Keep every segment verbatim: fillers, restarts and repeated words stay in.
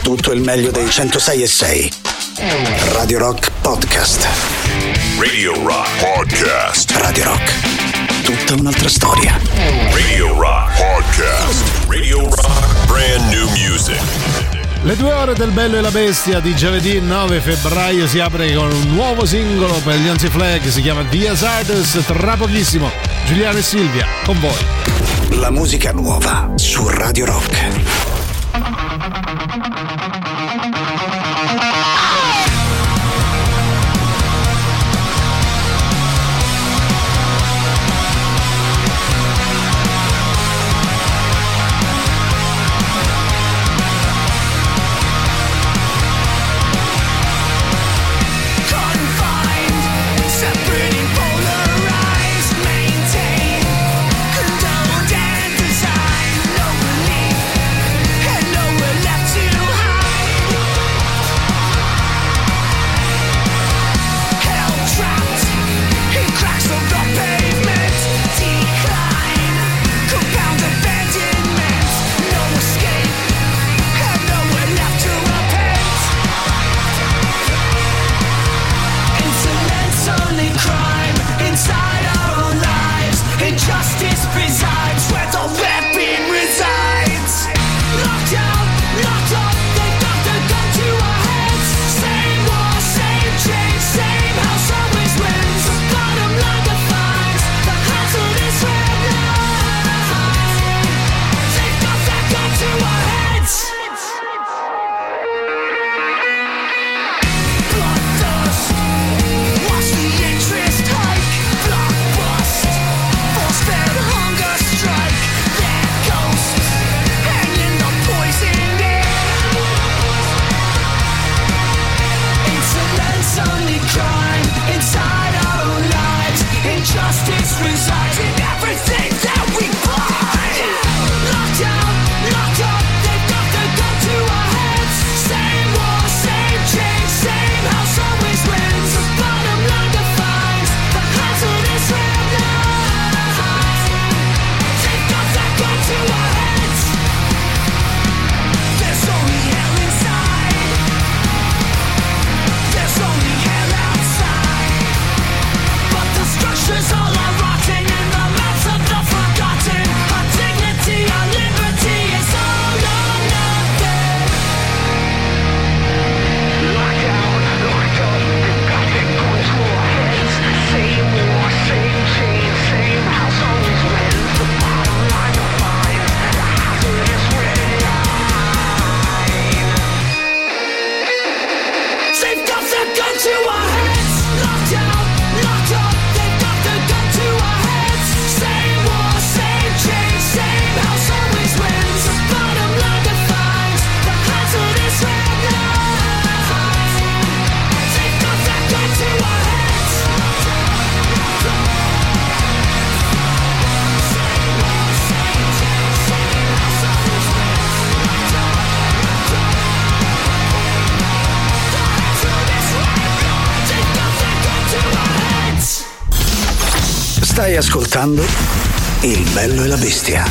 tutto il meglio dei centosei e sei. Radio Rock Podcast. Radio Rock Podcast. Radio Rock. Tutta un'altra storia. Radio Rock Podcast. Radio Rock Brand New Music. Le due ore del Bello e la Bestia di giovedì nove febbraio si apre con un nuovo singolo per gli Anti-Flag, si chiama The Hazardous. Tra pochissimo Giuliano e Silvia con voi. La musica nuova su Radio Rock. Stai ascoltando Il Bello e la Bestia.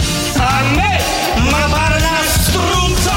A me, ma pare una struzza!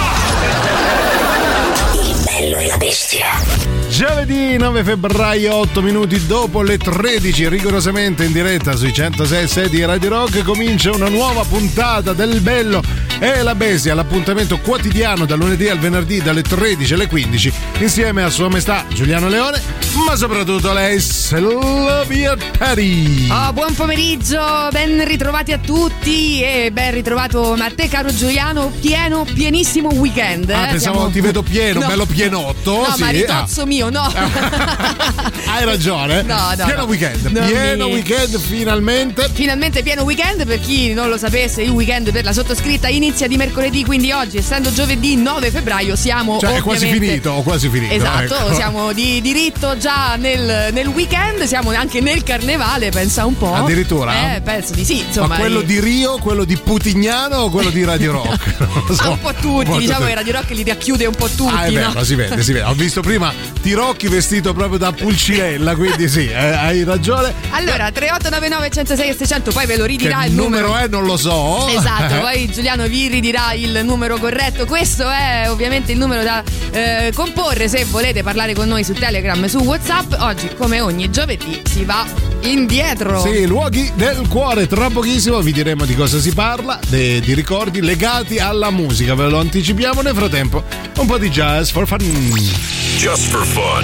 Il Bello e la Bestia. Giovedì nove febbraio, otto minuti dopo le tredici, rigorosamente in diretta sui centosei e sei di Radio Rock, comincia una nuova puntata del Bello e la Bestia, l'appuntamento quotidiano dal lunedì al venerdì dalle tredici alle quindici, insieme a Sua Maestà Giuliano Leone, ma soprattutto lei, Silvia Tari. Oh, buon pomeriggio, ben ritrovati a tutti e ben ritrovato a te, caro Giuliano. Pieno, pienissimo weekend. Ah, eh? pensavo Siamo... ti vedo pieno, no. bello pienotto. No, sì. ma ritozzo ah. mio, no. Hai ragione. No, no, pieno no. weekend, Non pieno mi... weekend finalmente. Finalmente pieno weekend, per chi non lo sapesse, il weekend per la sottoscritta inizia di mercoledì, quindi oggi, essendo giovedì nove febbraio, siamo cioè ovviamente... è quasi finito, o quasi finito. Esatto, ecco. Siamo di diritto già nel, nel weekend, siamo anche nel carnevale, pensa un po'. Addirittura? Eh, penso di sì, insomma. Ma quello eh... di Rio, quello di Putignano o quello di Radio Rock? So. Ah, un po' tutti, un po' diciamo tutti. che Radio Rock li racchiude un po' tutti. Ah, è vero, no? si vede, si vede. Ho visto prima T-Rock Rocchi vestito proprio da Pulcinella, quindi sì, eh, hai ragione. Allora, tre otto nove nove uno zero sei seicento, poi ve lo ridirà che il numero. numero è, non lo so. Esatto, poi Giuliano vi ridirà il numero corretto. Questo è ovviamente il numero da eh, comporre se volete parlare con noi su Telegram, su WhatsApp. Oggi, come ogni giovedì, si va indietro. Sì, luoghi del cuore. Tra pochissimo vi diremo di cosa si parla, de, di ricordi legati alla musica. Ve lo anticipiamo. Nel frattempo, un po' di jazz for fun. Just for fun.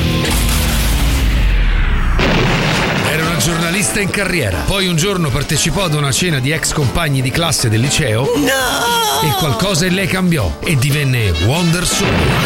Era una giornalista in carriera. Poi un giorno partecipò ad una cena di ex compagni di classe del liceo. No! E qualcosa in lei cambiò e divenne Wonder Soul.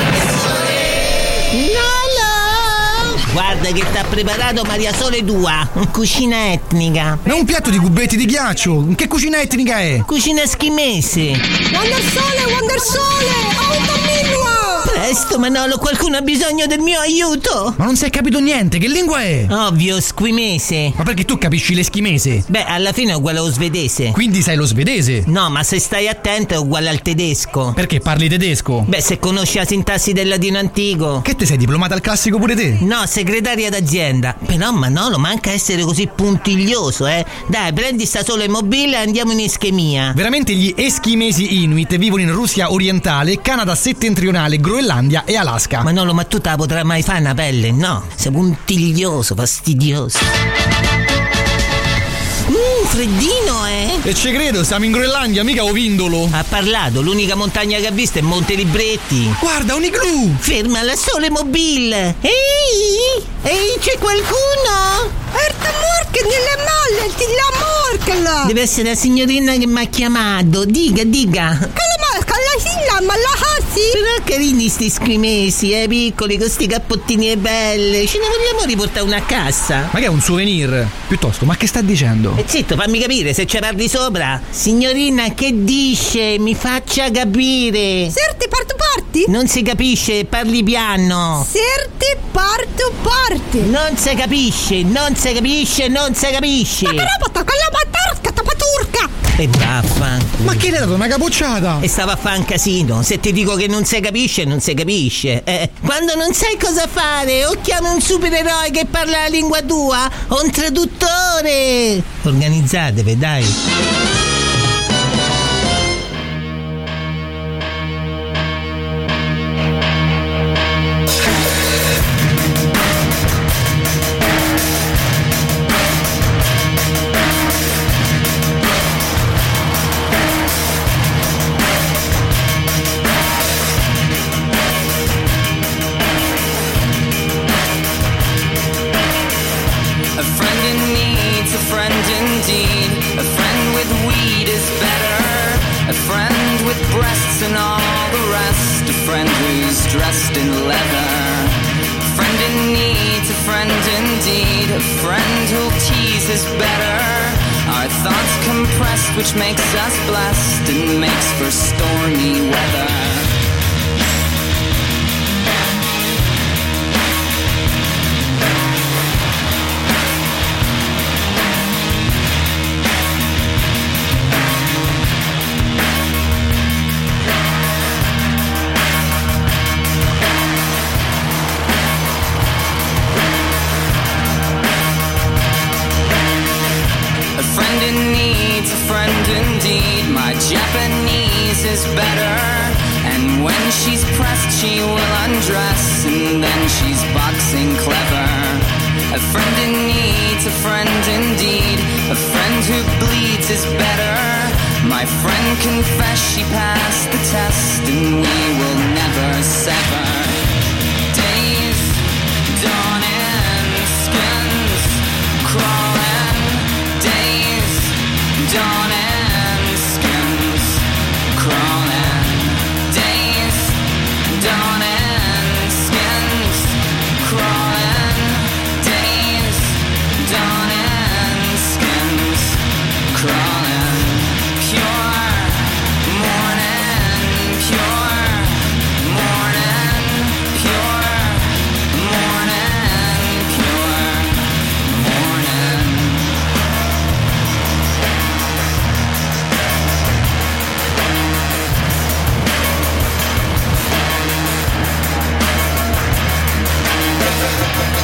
No! Guarda che t'ha preparato Maria Sole tua, cucina etnica. Ma un piatto di cubetti di ghiaccio, che cucina etnica è? Cucina eschimese. Wonder Sole, Wonder Sole, autominua! Presto Manolo, qualcuno ha bisogno del mio aiuto. Ma non si è capito niente, che lingua è? Ovvio, squimese. Ma perché tu capisci l'eschimese? Beh, alla fine è uguale allo svedese. Quindi sai lo svedese? No, ma se stai attento è uguale al tedesco. Perché parli tedesco? Beh, se conosci la sintassi del latino antico. Che te sei diplomata al classico pure te? No, segretaria d'azienda. Però Manolo, manca essere così puntiglioso, eh. Dai, prendi sta sola immobile e andiamo in ischemia. Veramente gli eschimesi Inuit vivono in Russia orientale, Canada settentrionale, Groenlandia e Alaska. Manolo, ma tu te la potrai mai fare una pelle? No, sei puntiglioso, fastidioso. Mmm, freddino, eh? E ci credo, siamo in Groenlandia, mica Ovindolo. Ha parlato, l'unica montagna che ha visto è Monte Libretti. Guarda, un igloo! Ferma la sole mobile. Ehi, ehi, c'è qualcuno? Erta morche nelle molle, ti la morchela. Deve essere la signorina che mi ha chiamato. Diga, diga. Calamorca, la silla, ma la hassi. Però carini sti scrimesi, eh, piccoli, con sti cappottini e belle. Ce ne vogliamo riportare una a casa? Ma che è un souvenir? Piuttosto, ma che sta dicendo? E zitto, fammi capire, se ci parli sopra. Signorina, che dice? Mi faccia capire. Serti parto parti? Non si capisce, parli piano. Serti parto parti. Non si capisce, non si capisce, non si capisce. Ma che roba, con la matarca, tapaturca. E vaffa. Ma che le ha dato una capocciata? E stava a fare un casino. Se ti dico che non si capisce, non si capisce. Eh, quando non sai cosa fare, o chiami un supereroe che parla la lingua tua, o un traduttore. Organizzatevi, dai. Which makes us blessed and makes for stormy weather. Japanese is better, and when she's pressed she will undress, and then she's boxing clever. A friend in need's a friend indeed, a friend who bleeds is better. My friend confessed she passed the test, and we will never sever. Days dawning, skins crawling, days dawning. Pure morning, pure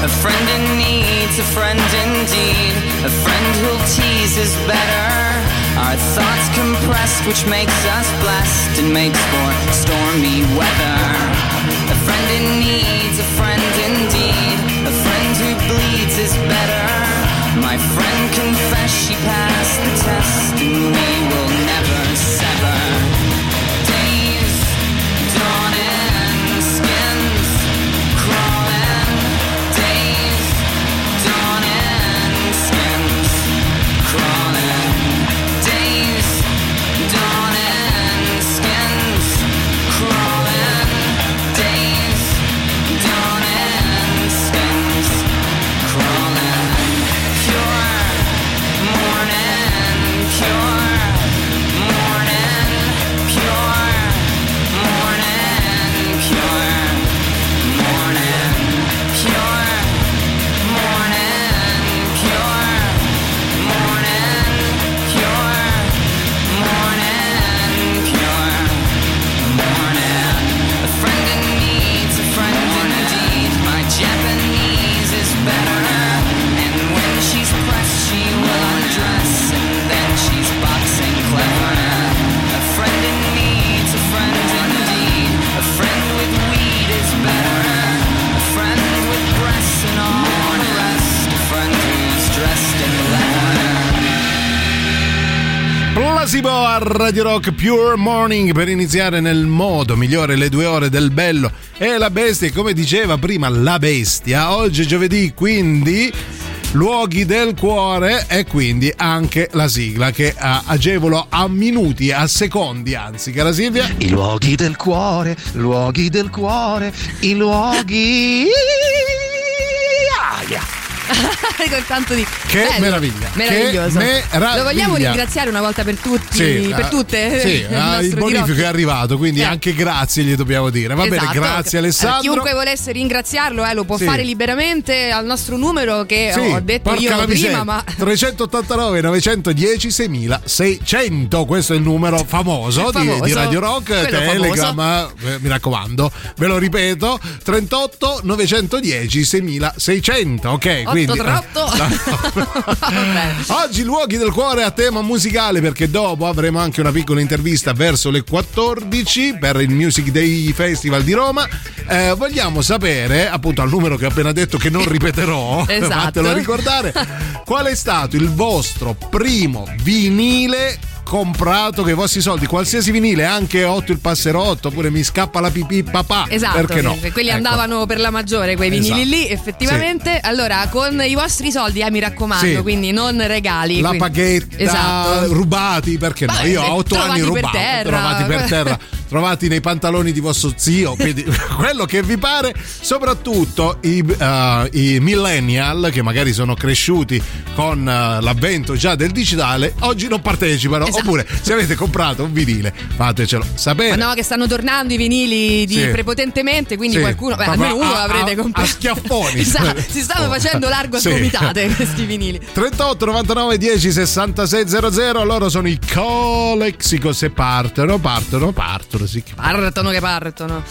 A friend in need's a friend indeed. A friend who'll tease is better. Our thoughts compressed, which makes us blessed and makes for stormy weather. A friend in need's a friend indeed. A friend who bleeds is better. My friend confessed she passed the test, and we will never sever. Days dawning, skins crawling. Days dawning, skins crawling. Days dawning, skins crawling. Days dawning, skins crawling. Pure morning, pure morning, pure morning, pure morning, pure morning, pure morning, pure morning, pure morning. A friend in need's a friend indeed. My Japanese is better. And when she's pressed, she will undress, and then she's boxing clever. A friend in need's a friend indeed. A friend with weed is better. A friend with breasts and all the rest. A friend who's dressed in leather. Placebo a Radio Rock Pure Morning per iniziare nel modo migliore le due ore del Bello e la Bestia. E come diceva prima la Bestia, oggi è giovedì, quindi luoghi del cuore e quindi anche la sigla che uh, agevolo a minuti, a secondi anzi, cara Silvia. I luoghi del cuore, luoghi del cuore, i luoghi... Aia. Con tanto di che bello, meraviglia, meraviglioso. Che meraviglia. Lo vogliamo ringraziare una volta per tutti, sì, per tutte. Sì, il, uh, il bonifico è arrivato, quindi eh. anche grazie gli dobbiamo dire. Va esatto. bene, grazie Alessandro. Eh, chiunque volesse ringraziarlo eh, lo può sì. fare liberamente al nostro numero che sì, ho detto io prima, miseria. ma trecentottantanove novecentodieci seimilaseicento, questo è il numero famoso, famoso. Di, di Radio Rock, Quello Telegram, eh, mi raccomando, ve lo ripeto, trentotto novecentodieci seimilaseicento, ok? Quindi oggi luoghi del cuore a tema musicale, perché dopo avremo anche una piccola intervista verso le quattordici per il Music Day Festival di Roma. Eh, vogliamo sapere, appunto al numero che ho appena detto che non ripeterò, esatto. fatelo ricordare, qual è stato il vostro primo vinile comprato con i vostri soldi, qualsiasi vinile, anche Otto il passerotto, oppure Mi scappa la pipì papà, esatto, perché no? Quelli ecco. andavano per la maggiore, quei vinili esatto. lì effettivamente. Sì. Allora con i vostri soldi, eh, mi raccomando, sì. quindi non regali, la quindi... paghetta, esatto. rubati, perché no? Beh, Io ho otto anni rubati, per trovati per terra, trovati nei pantaloni di vostro zio, quindi quello che vi pare. Soprattutto i, uh, i millennial che magari sono cresciuti con uh, l'avvento già del digitale, oggi non partecipano, esatto. oppure se avete comprato un vinile fatecelo sapere. Ma no, che stanno tornando i vinili di sì. prepotentemente, quindi sì. qualcuno, beh, ma almeno uno a, l'avrete a, comprato a schiaffoni. esatto. Si stanno facendo largo a sì. gomitate questi vinili. Trentotto novantanove dieci sessantasei zero zero, loro sono i Colexico. Se partono partono partono sì. Partono che partono.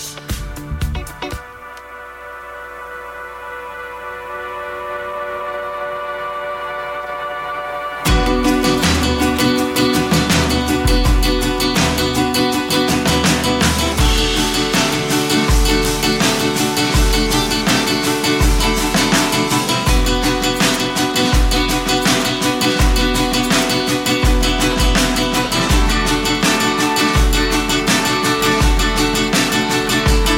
Thank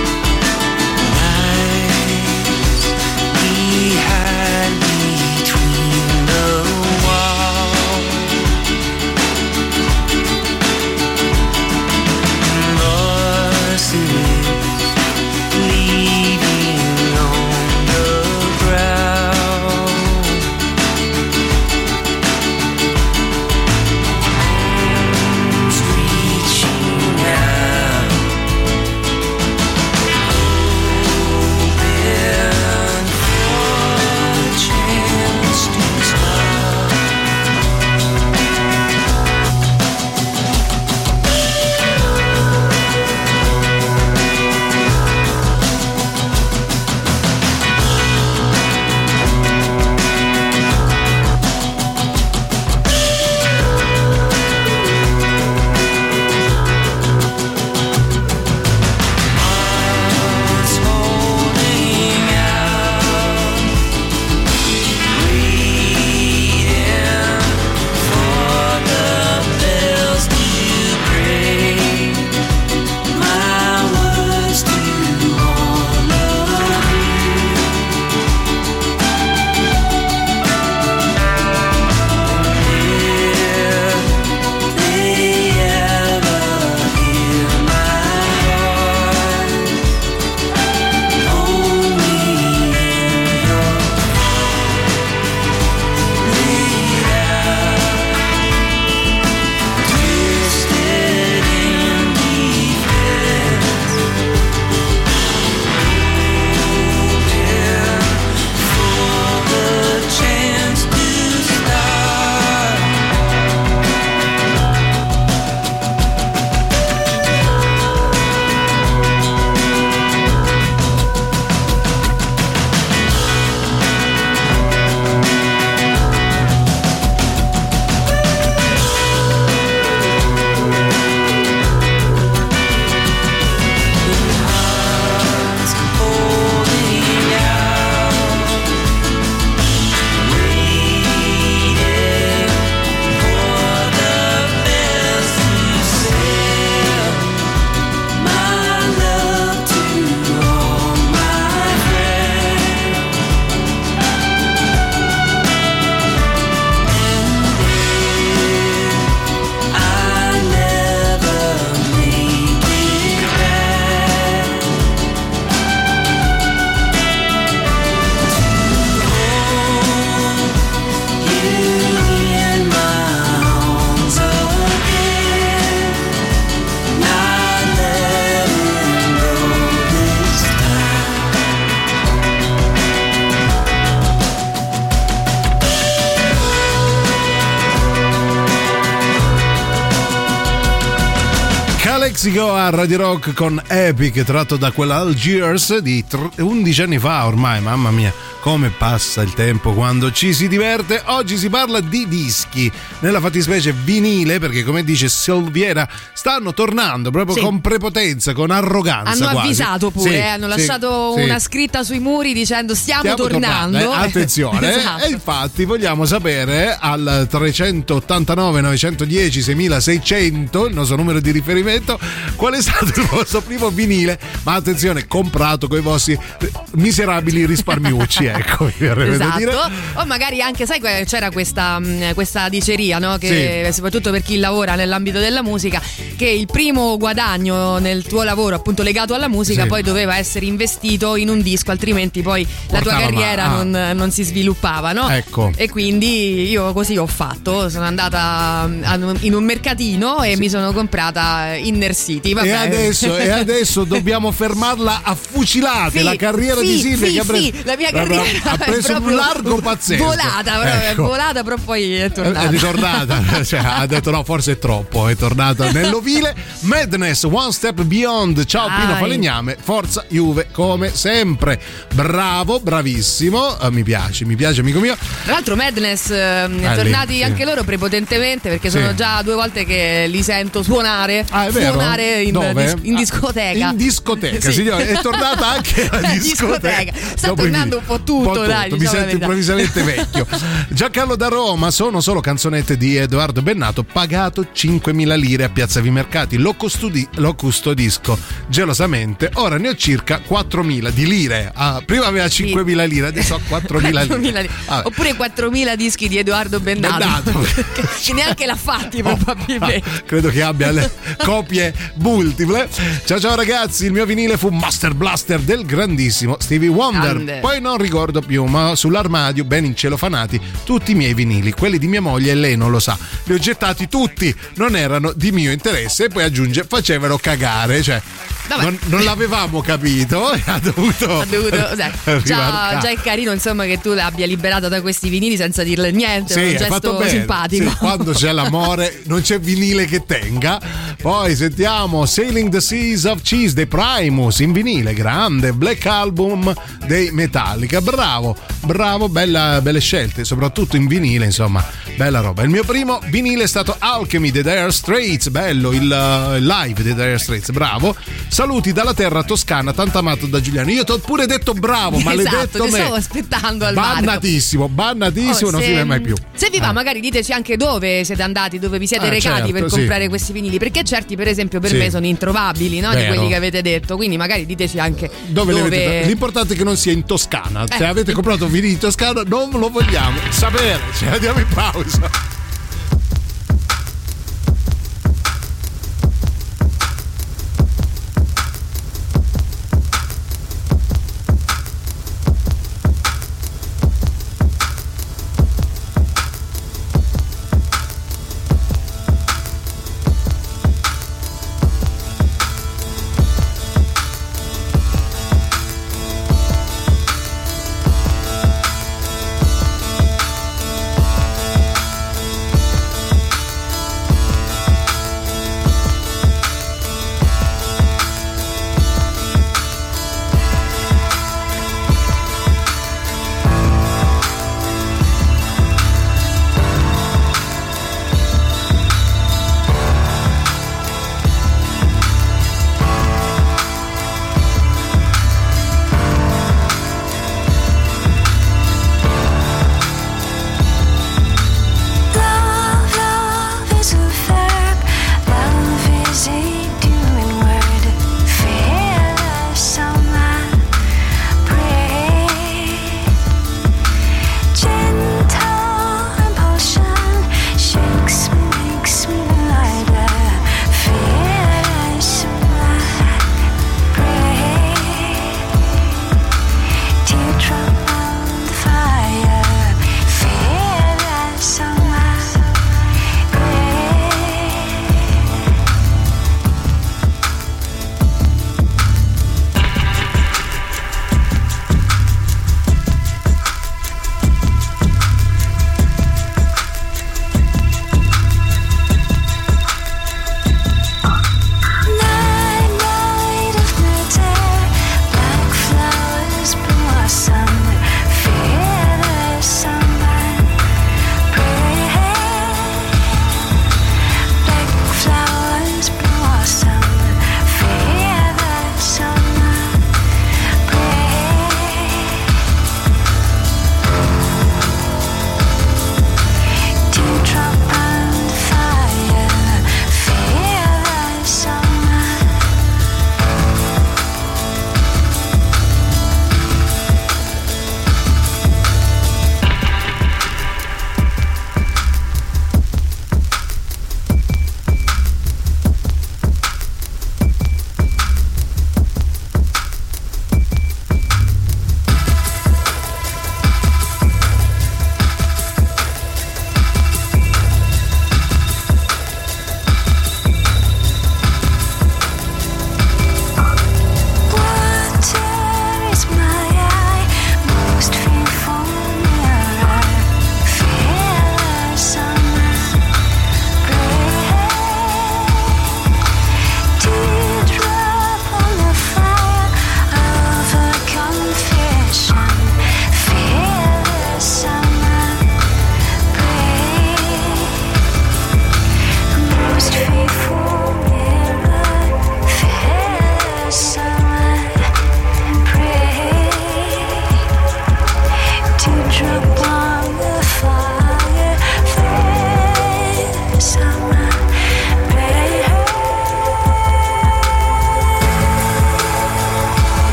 Pizzico a Radio Rock con Epic, tratto da quella Algiers di undici anni fa ormai. Mamma mia, come passa il tempo quando ci si diverte. Oggi si parla di dischi, nella fattispecie vinile, perché come dice Silviera stanno tornando proprio sì. con prepotenza, con arroganza. Hanno quasi. avvisato pure, sì, eh, hanno sì, lasciato sì. una scritta sui muri dicendo stiamo, stiamo tornando. tornando eh. Attenzione, esatto. E infatti vogliamo sapere al trecentottantanove novecentodieci seimilaseicento, il nostro numero di riferimento, qual è stato il vostro primo vinile, ma attenzione, comprato con i vostri miserabili risparmiucci, ecco, esatto. dire. O magari anche, sai, c'era questa, questa diceria, no? Che sì. soprattutto per chi lavora nell'ambito della musica, che il primo guadagno nel tuo lavoro, appunto legato alla musica, sì. poi doveva essere investito in un disco, altrimenti poi Portava la tua carriera ah. non, non si sviluppava, no? Ecco. E quindi io così ho fatto, sono andata in un mercatino e sì. mi sono comprata Inner City. Vabbè. E adesso, e adesso dobbiamo fermarla a fucilate. Sì, la carriera sì, di Silvia sì, che ha preso, sì, la mia carriera ha preso un largo pazzesco. Volata, però, ecco. è volata, però poi è tornata. È ritornata, cioè, ha detto no, forse è troppo, è tornata nell'ovile. Madness, One Step Beyond. Ciao Ai. Pino Falegname, forza Juve come sempre. Bravo, bravissimo, uh, mi piace, mi piace amico mio. Tra l'altro Madness eh, ah, tornati lì, sì. anche loro prepotentemente, perché sì. sono già due volte che li sento suonare, ah, è vero? suonare in, dis- in discoteca. In discoteca, sì. signore, è tornata anche la discoteca. discoteca. Sta Dopo tornando un po' tutto, un po' dai, tutto. diciamo Mi sento improvvisamente vecchio. Giancarlo da Roma, sono solo canzonette di Edoardo Bennato, pagato cinquemila lire a Piazza Vimercati, lo, custodi- lo custodisco gelosamente, ora ne ho circa quattromila di lire. Ah, prima aveva cinquemila lire, adesso ho quattromila lire. Ah. Oppure quattromila dischi di Edoardo Bennato, Bennato. che neanche l'ha fatti probabilmente. Oh, credo che abbia le copie multiple. Ciao ciao ragazzi, il mio vinile fu Master Blaster del grandissimo Stevie Wonder. Grande. Poi non ricordo più, ma sull'armadio ben incelofanati tutti i miei vinili, quelli di mia moglie, e lei non lo sa, li ho gettati tutti, non erano di mio interesse. E poi aggiunge, facevano cagare, cioè non, non l'avevamo capito e ha dovuto, ha dovuto cioè, già, già è carino insomma che tu l'abbia liberata da questi vinili senza dirle niente, sì, è un gesto simpatico. Sì, quando c'è l'amore non c'è vinile che tenga. Poi sentiamo Sailing the Seas of Cheese dei Primus in vinile, grande. Black Album dei Metallica, bravo bravo, bella, belle scelte soprattutto in vinile, insomma bella roba. Il mio primo vinile è stato Alchemy dei Dire Straits, bello il uh, live dei Dire Straits, bravo. Saluti dalla terra toscana, tanto amato da Giuliano. Io ti ho pure detto bravo, esatto, maledetto me. me. Stavo aspettando al bannatissimo, bannatissimo, oh, non se, si vede mai più. Se vi va, eh. magari diteci anche dove siete andati, dove vi siete ah, recati certo, per sì. comprare questi vinili, perché certi per esempio per sì. me sono introvabili, no? Di quelli che avete detto, quindi magari diteci anche dove, dove... Le avete... L'importante è che non sia in Toscana. Eh. Se avete comprato vinili in Toscana non lo vogliamo sapere, ce la diamo in pausa.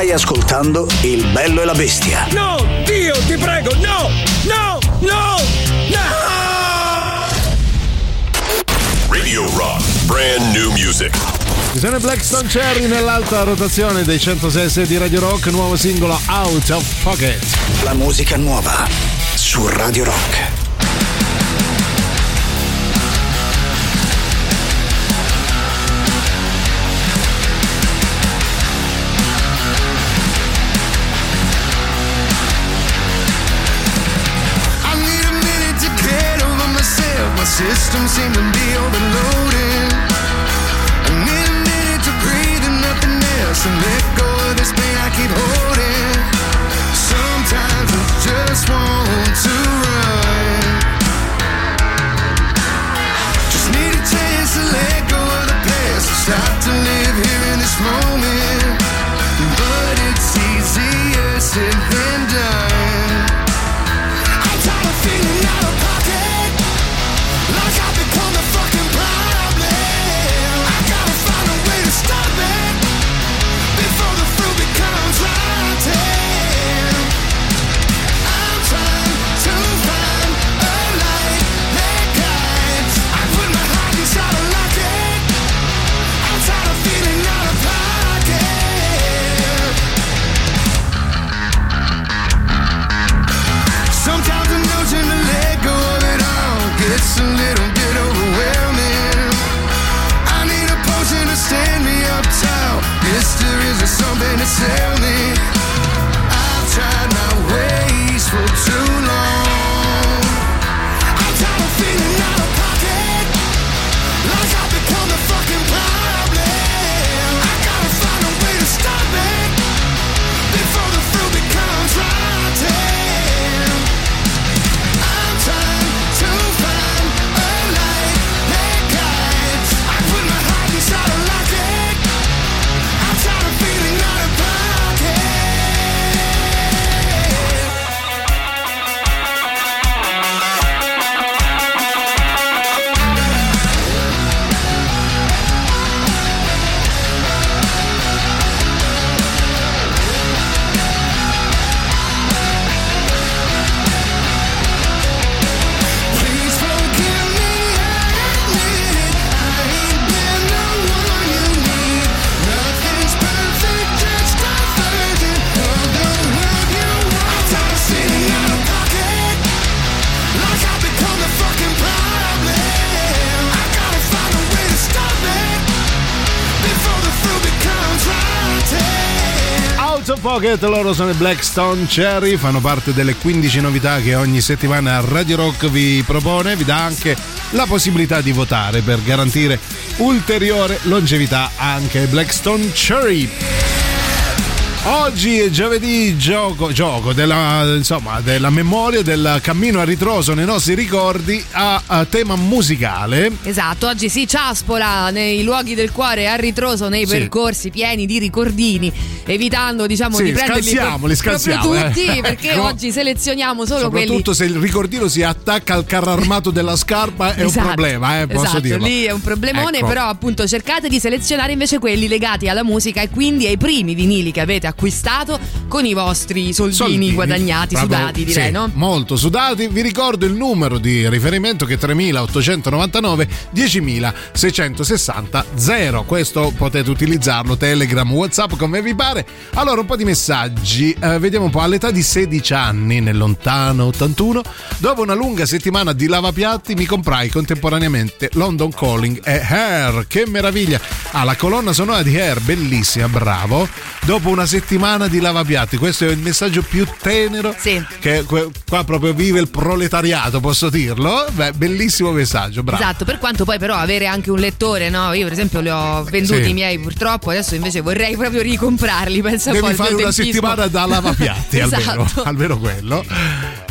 Stai ascoltando Il Bello e la Bestia. No, Dio, ti prego, no, no, no, no! Radio Rock, brand new music. Ci sono i Blackstone Cherry nell'alta rotazione dei centosei di Radio Rock, nuovo singolo Out of Pocket. La musica nuova su Radio Rock. System seem to be overloaded. I need a minute to breathe and nothing else, and let go of this pain I keep holding. Sometimes I just want to run. Just need a chance to let go of the past, stop to live here in this moment. But it's easier said than done. I'm tired of feeling out of pocket, like I've become the fucking problem. I gotta find a way to stop it before the fruit becomes rotten. I'm trying to find a light that guides. I put my heart inside a locket. I'm tired of feeling out of pocket. Sometimes the notion to let go of it all gets a little bit overwhelming. I need a potion to stand me up tall. History is something to sell me. I've tried my ways for too long. I'm tired of feeling out of pocket, like I've become the fucking problem. I gotta find a way to stop it before the fruit becomes rotten. I'm trying to find a light that guides. I put my heart inside a locket. I'm tired of feeling out of pocket. Please forgive me, I admit it. I ain't been the one you need. Nothing's perfect, just a version of the world you want. I'm tired of sitting out of pocket, like I've become the fucking problem. I gotta find a way to stop it before the fruit becomes rotten. Out of Pocket, loro sono i Blackstone Cherry, fanno parte delle quindici novità che ogni settimana Radio Rock vi propone, vi dà anche la possibilità di votare per garantire ulteriore longevità anche ai Blackstone Cherry. Oggi è giovedì, gioco, gioco della, insomma, della memoria, del cammino a ritroso nei nostri ricordi a, a tema musicale. Esatto, oggi si ciaspola nei luoghi del cuore a ritroso, nei Sì. percorsi pieni di ricordini, evitando diciamo Sì, di prenderli scansiamoli, pro- proprio scansiamo, tutti, eh. perché Ecco. oggi selezioniamo solo quelli. Soprattutto se il ricordino si attacca al carro armato della scarpa è Esatto, un problema, eh, posso esatto, dirlo. lì è un problemone, Ecco. però appunto cercate di selezionare invece quelli legati alla musica e quindi ai primi vinili che avete acquistato con i vostri soldini, Soldini, guadagnati, proprio, sudati direi, sì, no? molto sudati. Vi ricordo il numero di riferimento che è tremilaottocentonovantanove diecimilaseicentosessanta zero. Questo potete utilizzarlo, Telegram, WhatsApp, come vi pare. Allora, un po' di messaggi, eh, vediamo un po'. All'età di sedici anni, nel lontano ottantuno, dopo una lunga settimana di lavapiatti mi comprai contemporaneamente London Calling e Hair. Che meraviglia! Ah, la colonna sonora di Hair, bellissima, bravo. Dopo una settimana di lavapiatti, questo è il messaggio più tenero, sì, che qua proprio vive il proletariato, posso dirlo? Beh, bellissimo messaggio, bravo. Esatto, per quanto poi però avere anche un lettore, no? Io per esempio li ho venduti Sì. i miei purtroppo, adesso invece vorrei proprio ricomprarli, pensa un po' Devi al fare mio una tempismo. settimana da lavapiatti, Esatto. almeno, almeno quello.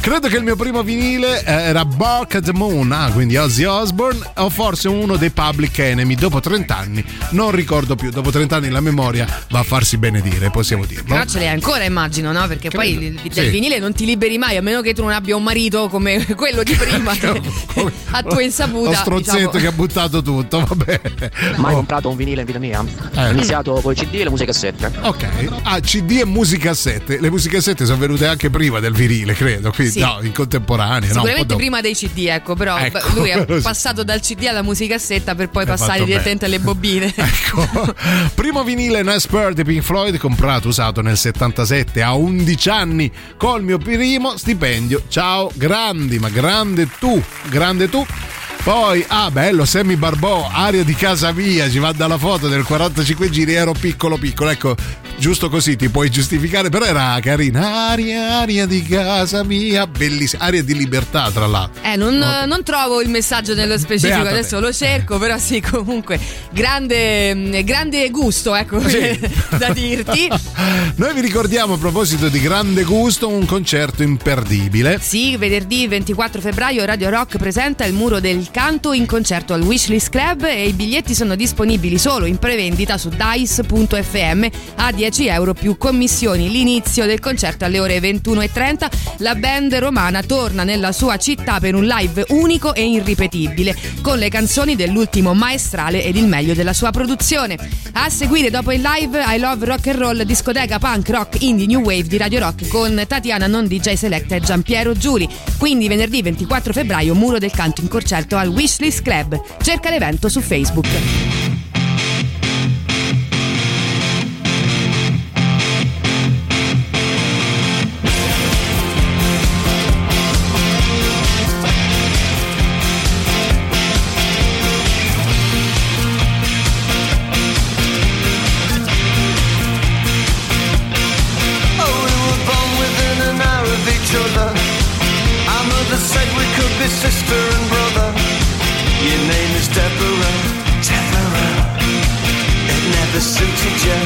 Credo che il mio primo vinile era Bark at the Moon, ah, quindi Ozzy Osbourne, o forse uno dei Public Enemy. Dopo trenta anni non ricordo più, dopo trenta anni la memoria va a farsi benedire, possiamo dirlo. Però ce l'hai ancora, immagino, no? Perché Credo. poi il, Sì. del vinile non ti liberi mai, a meno che tu non abbia un marito come quello di prima che a tua insaputa, lo stronzetto diciamo. che ha buttato tutto, vabbè. Mai Oh. comprato un vinile in vita mia? Eh. Ho iniziato con i C D e le musicassette. Ok, ah, C D e musicassette. Le musicassette sono venute anche prima del vinile, credo, quindi Sì. no, in contemporanea. Sicuramente no, un po' dopo. prima dei C D, ecco, però Ecco, lui è quello sì. passato dal C D alla musicassetta per poi Hai passare fatto direttamente alle bobine. Ecco. Primo vinile Nice Bird di Pink Floyd, comprato usato nel settantasette a undici anni col mio primo stipendio. Ciao, grandi, ma grande tu, grande tu. Poi, ah bello, Sammy Barbò, aria di casa mia, ci va dalla foto del quarantacinque giri, ero piccolo piccolo, ecco, giusto così ti puoi giustificare, però era carina, aria, aria di casa mia, bellissima, aria di libertà tra l'altro. Eh, non, non trovo il messaggio nello specifico, Beata adesso te. lo cerco, però sì, comunque, grande, grande gusto, ecco, Sì. da dirti. Noi vi ricordiamo a proposito di grande gusto un concerto imperdibile. Sì, venerdì ventiquattro febbraio Radio Rock presenta il Muro del Canto in concerto al Wishlist Club e i biglietti sono disponibili solo in prevendita su dice punto effe emme a dieci euro più commissioni. L'inizio del concerto alle ore ventuno e trenta. La band romana torna nella sua città per un live unico e irripetibile con le canzoni dell'ultimo maestrale ed il meglio della sua produzione. A seguire dopo il live I Love Rock and Roll, discoteca punk rock indie new wave di Radio Rock con Tatiana Non D J Selecta e Giampiero Giuli. Quindi venerdì ventiquattro febbraio Muro del Canto in concerto al Wishlist Club. Cerca l'evento su Facebook. Sister and brother, your name is Deborah, Deborah. It never suited you.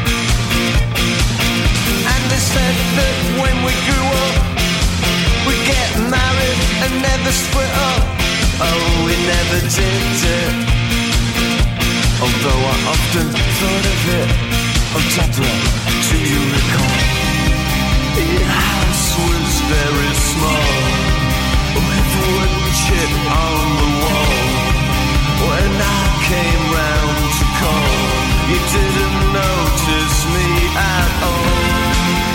And they said that when we grew up, we'd get married and never split up. Oh, we never did it. Although I often thought of it. Oh, Deborah, do you recall? Your house was very small, with wood chip on the wall. When I came round to call, you didn't notice me at all.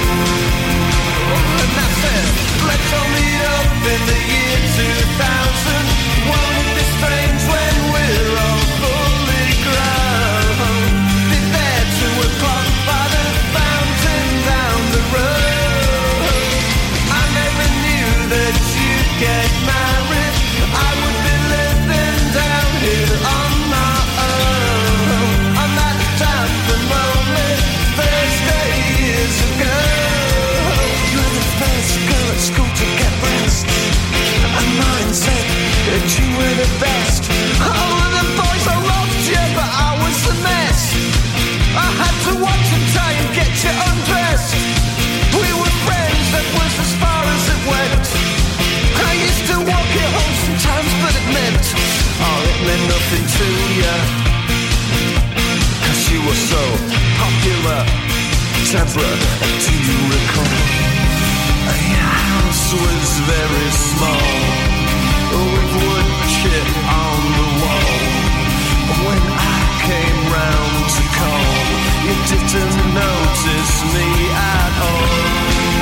And I said, let's all meet up in the year two thousand. Won't it be strange when we're all fully grown? Be there two o'clock by the fountain down the road. I never knew that you'd get married. I would be living down here on my own. On that damp and lonely Thursday years ago. You were the first girl at school to get breasts, and mine said that you were the best. All of the boys I loved you, but I was the mess. I had to watch and try and get you undressed. We were friends, that was as far as it went. I used to walk you home sometimes, but it meant, oh, it meant nothing to you. Cause you were so popular. Deborah, do you recall? Your house was very small, with wood chip on the wall. When I came round to call, you didn't notice me at all.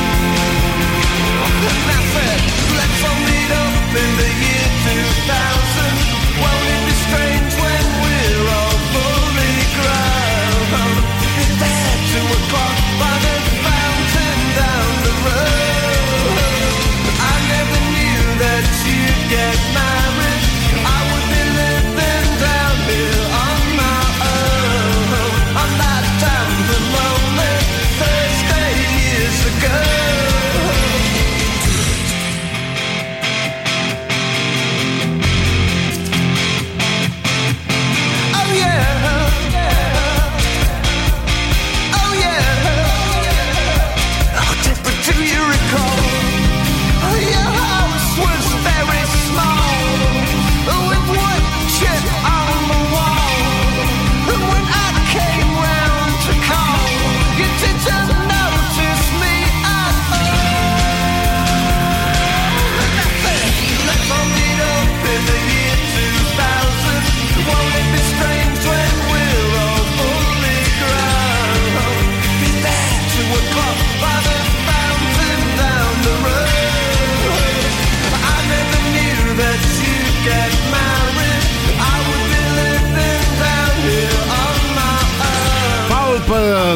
And I said, let's all meet up in the year two thousand. Won't it be strange when we're all fully grown? Be there two o'clock by the fountain down the road. I never knew that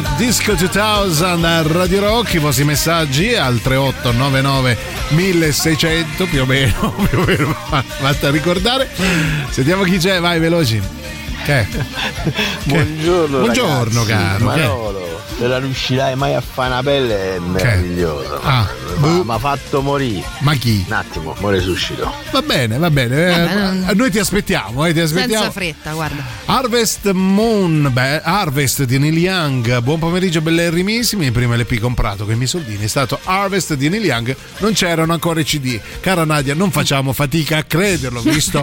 Disco duemila a Radio Rock, i vostri messaggi al tre otto nove nove milleseicento più o meno, più o meno, fatta ricordare. Sentiamo chi c'è, vai veloci. Che? Buongiorno, Buongiorno ragazzi. caro. Manolo, se la riuscirai mai a fare una pelle è meraviglioso. Ah, ma ha fatto morire. Ma chi? Un attimo, mo resuscito. Va bene, va bene. Vabbè, non... Noi ti aspettiamo, eh, ti aspettiamo. Senza fretta, guarda. Harvest Moon, beh, Harvest di Neil Young. Buon pomeriggio bellerrimissimi. Il primo L P comprato con i miei soldini è stato Harvest di Neil Young. Non c'erano ancora i C D. Cara Nadia, non facciamo fatica a crederlo, visto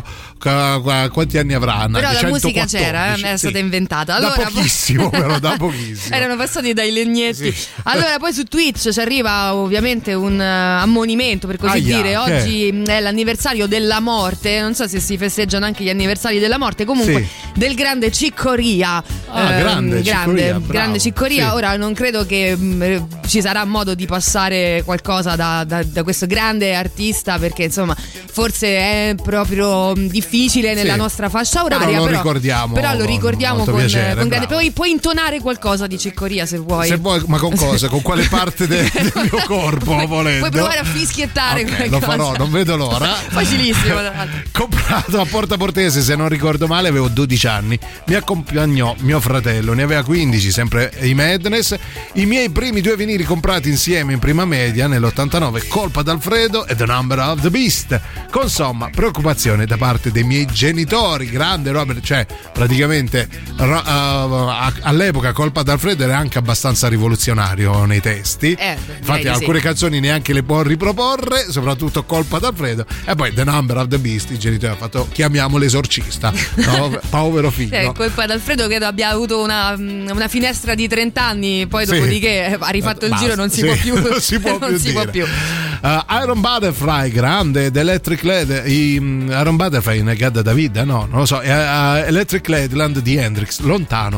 quanti anni avrà. Però la centoquattordici. Musica c'era, eh, è stata sì. inventata. Allora, da pochissimo, però, da pochissimo. Erano passati dai legnetti. Sì. Allora, poi su Twitch ci arriva ovviamente un uh, ammonimento, per così Aia, dire. Oggi che? è l'anniversario della morte. Non so se si festeggiano anche gli anniversari della morte. Comunque, sì. del grande Ciccoria. Ah, eh, grande, grande, Ciccoria, grande Ciccoria. Sì. Ora non credo che mh, ci sarà modo di passare qualcosa da, da, da questo grande artista, perché insomma, forse è proprio difficile nella sì. nostra fascia oraria. Però lo però, ricordiamo. Però lo ricordiamo con, piacere, con grande. bravo. Poi puoi intonare qualcosa di Ciccoria se vuoi. Se vuoi, ma con cosa? Con quale parte de, del mio corpo, puoi, volendo? puoi provare a fischiettare okay, qualcosa. Lo farò, non vedo l'ora. Facilissimo, tra l'altro. Comprato a Porta Portese, se non ricordo male, avevo dodici anni. Mi accompagnò mio fratello, ne aveva quindici, sempre i Madness. I miei primi due vinili comprati insieme in prima media nell'ottantanove, Colpa d'Alfredo e The Number of the Beast. Con insomma preoccupazione da parte dei miei genitori. Grande Robert, cioè praticamente uh, all'epoca Colpa d'Alfredo era anche abbastanza rivoluzionario nei testi. Eh, Infatti alcune sì. canzoni neanche le può riproporre, soprattutto Colpa d'Alfredo. E poi The Number of the Beast, i genitori hanno fatto chiamiamo l'esorcista. No? Povero figlio. Eh, Colpa d'Alfredo credo abbia avuto una, una finestra di trenta anni, poi sì. dopodiché ha rifatto il Basta, giro, non si sì, può più. non si può non più si dire. può più. Uh, Iron Butterfly, grande, The Electric Led, i, um, Iron Butterfly in Gadda David, no, non lo so, uh, uh, Electric Ladyland di Hendrix, lontano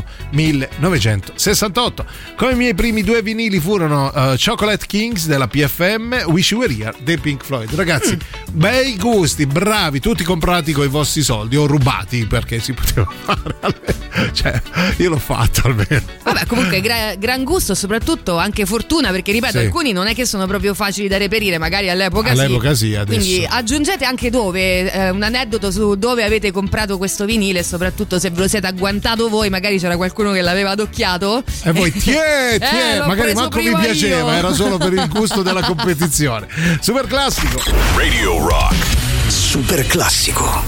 millenovecentosessantotto. Come i miei primi due vinili furono uh, Chocolate Kings della P F M, Wish You Were Here dei Pink Floyd. Ragazzi, mm. bei gusti, bravi, tutti comprati con i vostri soldi o rubati, perché si poteva fare, cioè io l'ho fatto almeno. Vabbè, comunque gra- gran gusto, soprattutto anche fortuna, perché ripeto, sì. alcuni non è che sono proprio facili da reperire, magari all'epoca, all'epoca sì. sì, adesso. Quindi aggiungete anche dove, eh, un aneddoto su dove avete comprato questo vinile, e soprattutto se ve lo siete agguantato voi, magari c'era qualcuno che l'aveva adocchiato e voi tiè, tiè, eh, magari manco vi piaceva, io. era solo per il gusto della competizione. Super classico. Radio Rock. Super classico.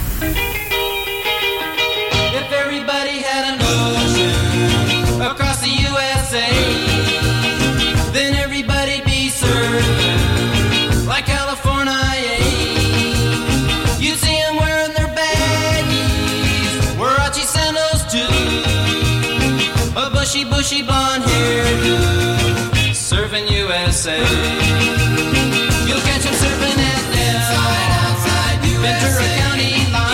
If everybody had an ocean across the U S A, then everybody'd be served like California. You'd see them wearing their baggies, Warachi sandals too, a bushy, bushy blonde hairdo, serving U S A. You'll catch them serving at Del, Ventura County line.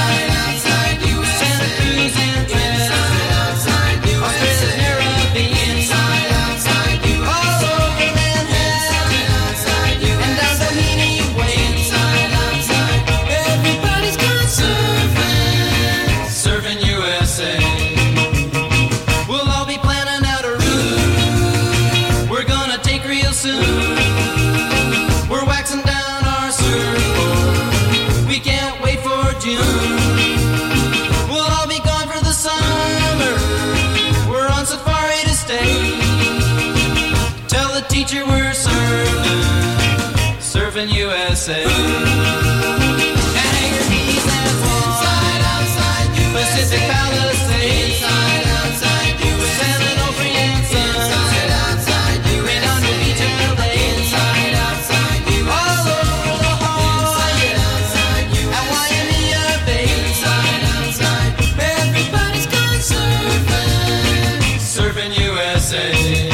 Teacher, we're serving, serving U S A. And Hanger Bees and Inside, outside U S A. Pacific Palisades. Inside, outside U S A. San Onofre and Sons. Inside, outside U S A. Redondo Beach, L A. Inside, outside U S A. All over the Hawaiian. Outside U S A. At Waimea Bay. Inside, outside. Everybody's gone surfing, surfing U S A.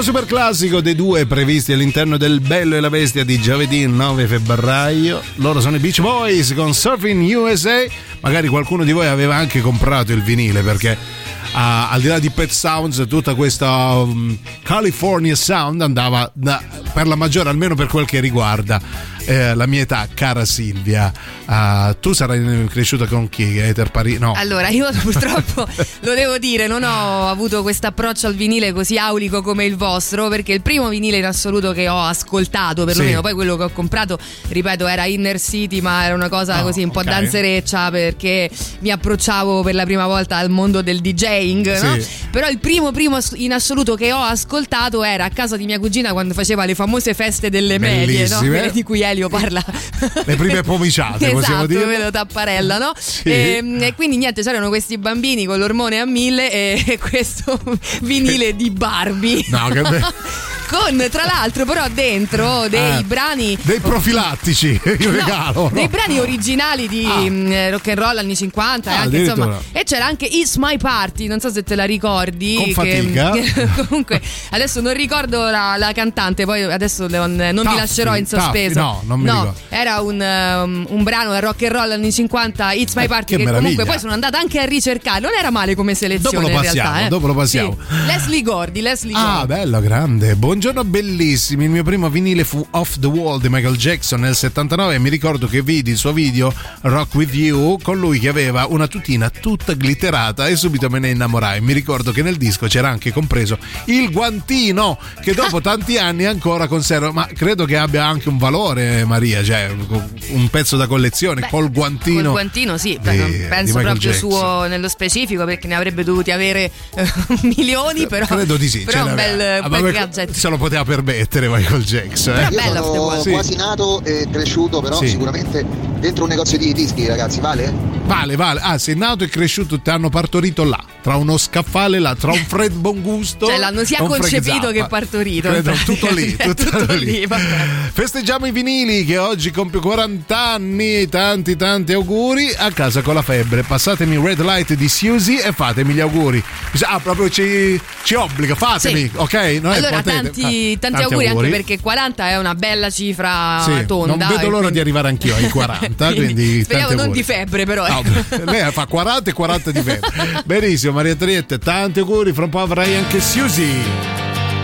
Primo super classico dei due previsti all'interno del Bello e la Bestia di giovedì nove febbraio. Loro sono i Beach Boys con Surfing U S A. Magari qualcuno di voi aveva anche comprato il vinile, perché Uh, al di là di Pet Sounds, tutta questa um, California Sound andava da, per la maggiore, almeno per quel che riguarda eh, la mia età, cara Silvia. Uh, tu sarai cresciuta con chi? Ether Parì? No. Allora, io purtroppo lo devo dire, non ho avuto questo approccio al vinile così aulico come il vostro, perché il primo vinile in assoluto che ho ascoltato, perlomeno, sì. Poi quello che ho comprato, ripeto, era Inner City, ma era una cosa oh, così un po' okay. danzereccia, perché mi approcciavo per la prima volta al mondo del DJing, no? Sì. Però il primo primo in assoluto che ho ascoltato era a casa di mia cugina quando faceva le famose feste delle medie, no? Quelle di cui Elio parla, le prime pomiciate, esatto, possiamo dire, vedo Tapparella, no? Sì. E, e quindi niente, c'erano questi bambini con l'ormone a mille e questo vinile di Barbie. No, che be- con tra l'altro però dentro dei eh, brani dei profilattici, io no, regalo, no? Dei brani originali di ah. mh, rock and roll anni cinquanta, ah, e anche, insomma, e c'era anche It's My Party, non so se te la ricordi, con fatica. Che, che comunque adesso non ricordo la, la cantante, poi adesso non, non Taffi, vi lascerò in sospeso. Taffi, no, non mi no, ricordo. Era un, um, un brano rock and roll anni cinquanta, It's My Party, eh, che, che comunque poi sono andata anche a ricercare, non era male come selezione. Dopo lo passiamo, in realtà, eh. dopo lo passiamo. Sì. Leslie Gordy, Leslie Ah, Gordy. bello, grande. Buongiorno, bellissimi. Il mio primo vinile fu Off the Wall di Michael Jackson nel settantanove e mi ricordo che vidi il suo video Rock With You con lui che aveva una tutina tutta glitterata e subito me ne innamorai. Mi ricordo che nel disco c'era anche compreso il guantino che dopo tanti anni ancora conservo, ma credo che abbia anche un valore, Maria, cioè un pezzo da collezione. Beh, col guantino. Col guantino sì, di, non penso proprio Jackson. Suo nello specifico, perché ne avrebbe dovuti avere eh, milioni, però credo di sì, però un bel, ah, bel beh, gadget. Se lo poteva permettere Michael Jackson, eh? Io sono sì. quasi nato e cresciuto, però sì. sicuramente dentro un negozio di dischi, ragazzi, vale? Vale, vale. Ah, sei nato e cresciuto, ti hanno partorito là, tra uno scaffale là, tra un Fred Bongusto, cioè l'hanno sia concepito che partorito. Credo, tutto lì, tutto, tutto lì. lì Festeggiamo i vinili che oggi compio quaranta anni, tanti tanti auguri. A casa con la febbre, passatemi Red Light di Susie e fatemi gli auguri. Ah, proprio ci, ci obbliga, fatemi, sì. Ok? Non allora è tanti, tanti, tanti auguri, auguri, anche perché quaranta è una bella cifra sì, tonda. Non vedo l'ora quindi... di arrivare anch'io ai quaranta, quindi, quindi speriamo non di febbre, però. No, lei fa quaranta e quaranta di febbre. Benissimo, Maria Triette, tanti auguri, fra un po' avrai anche Susie.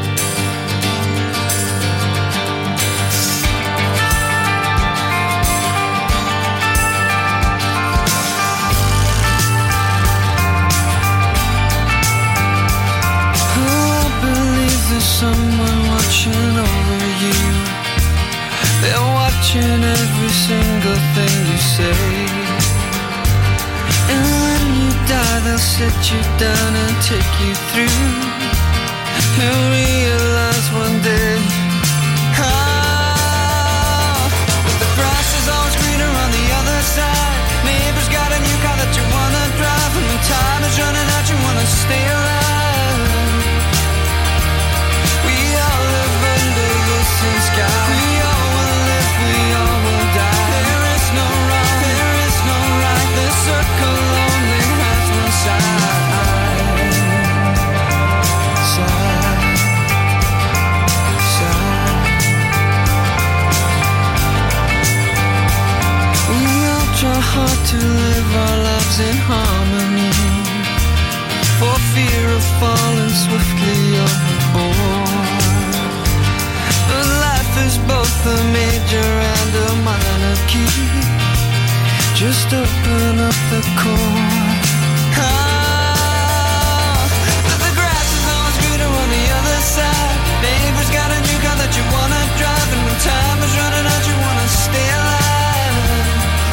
Someone watching over you. They're watching every single thing you say. And when you die, they'll sit you down and take you through. You'll realize one day, ah, but the grass is always greener on the other side. Neighbor's got a new car that you wanna drive. And when time is running out, you wanna stay alive. Sky. We all will live, we all will die. There is no wrong, there is no right. The circle only has one side. Side, side. We all try hard to live our lives in harmony, for fear of falling swiftly overboard. Is both a major and a minor key. Just open up the chord. Ah, the grass is always greener on the other side. Neighbor's got a new car that you wanna drive. And when time is running out, you wanna stay alive.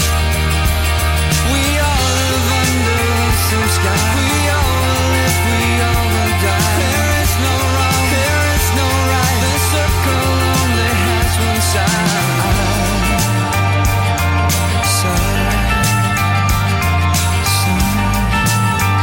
We all live under the same sky. We all will live, we all will die. There is no wrong, there is no right. The circle only has one side. Side, side.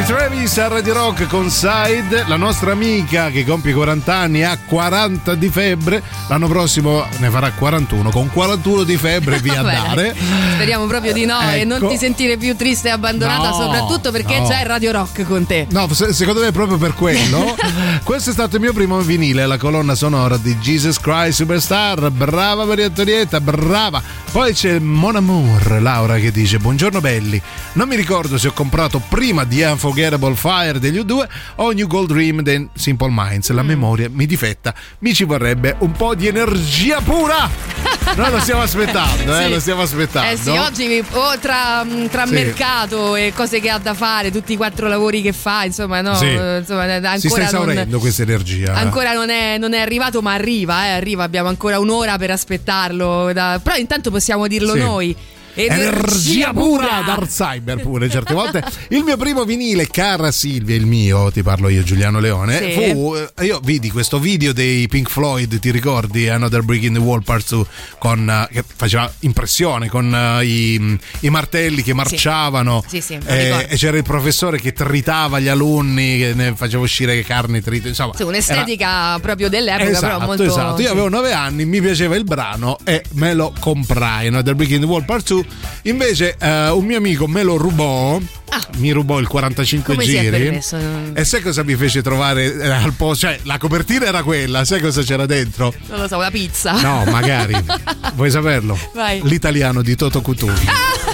Travis a Radio Rock con Side, la nostra amica che compie quaranta anni, ha quaranta di febbre, l'anno prossimo ne farà quarantuno, con quarantuno di febbre via andare. Speriamo proprio di no, ecco. E non ti sentire più triste e abbandonata, no, soprattutto perché no. C'è Radio Rock con te. No, secondo me è proprio per quello. Questo è stato il mio primo vinile, la colonna sonora di Jesus Christ Superstar. Brava Maria Antonietta, brava. Poi c'è Mon Amour, Laura, che dice: buongiorno belli, non mi ricordo se ho comprato prima di Unforgettable Fire degli U due o New Gold Dream dei Simple Minds. La mm. memoria mi difetta, mi ci vorrebbe un po' di energia pura. Noi lo stiamo aspettando, eh, sì. lo stiamo aspettando. Eh sì, oggi oh, tra, tra sì. mercato e cose che ha da fare, tutti i quattro lavori che fa, insomma, no, sì. insomma, ancora si sta esaurendo non, questa energia. Ancora non è, non è arrivato, ma arriva, eh, arriva, abbiamo ancora un'ora per aspettarlo. Da, però intanto possiamo dirlo sì. noi. Energia pura, Dark Cyber pure certe volte. Il mio primo vinile, cara Silvia, il mio, ti parlo io, Giuliano Leone, sì. fu, io vidi questo video dei Pink Floyd, ti ricordi? Another Brick in the Wall Part due, con, che faceva impressione, con uh, i, i martelli che marciavano, sì. Sì, sì, e, e c'era il professore che tritava gli alunni, che ne faceva uscire carne trite, insomma, sì, un'estetica era... proprio dell'epoca, esatto, però molto... esatto. Io avevo nove anni, mi piaceva il brano e me lo comprai, Another Brick in the Wall Part due. Invece uh, un mio amico me lo rubò, ah. mi rubò il quarantacinque Come giri e sai cosa mi fece trovare eh, al posto? Cioè la copertina era quella, sai cosa c'era dentro? Non lo so, una pizza. No, magari. Vuoi saperlo? Vai. L'italiano di Toto Cutugli.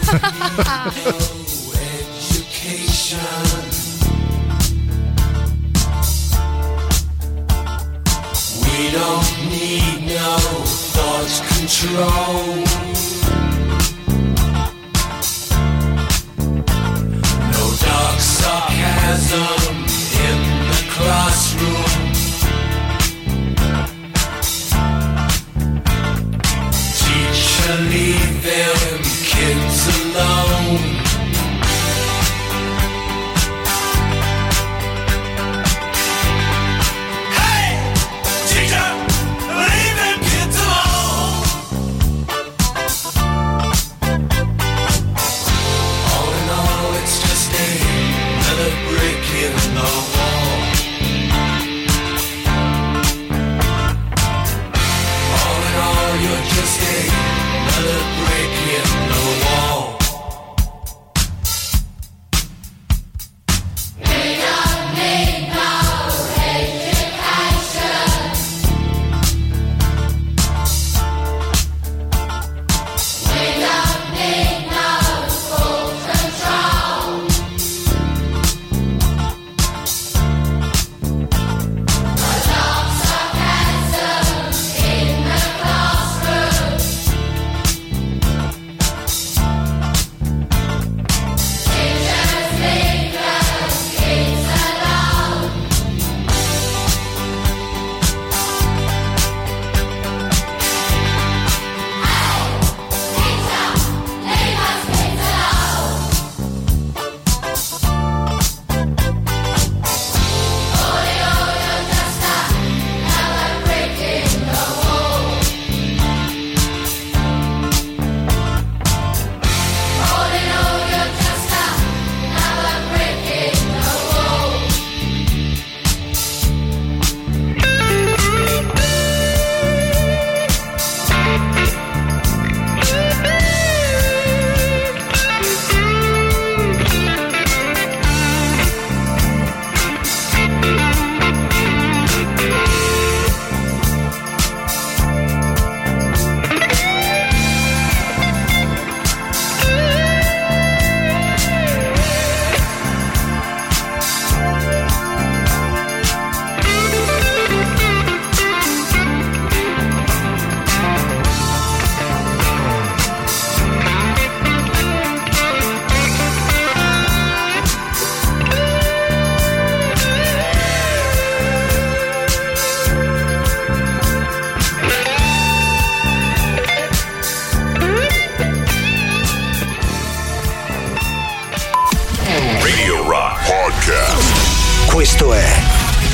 We don't need no thought control. Dark sarcasm in the classroom. Teacher, leave them kids alone. Hey, teacher, leave them kids alone. All in all, it's just another brick in the wall. All in all, you're just another brick in the wall. We don't need no education. We don't need no school control. Questo è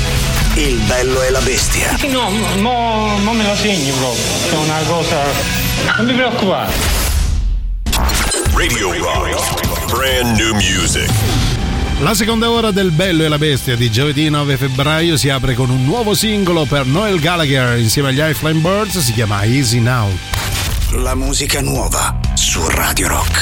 Il Bello e la Bestia. No, mo, mo me lo segni proprio. È una cosa. Non mi preoccupare. Radio Rock. Brand new music. La seconda ora del Bello e la Bestia di giovedì nove febbraio si apre con un nuovo singolo per Noel Gallagher insieme agli High Flying Birds, si chiama Easy Now. La musica nuova su Radio Rock.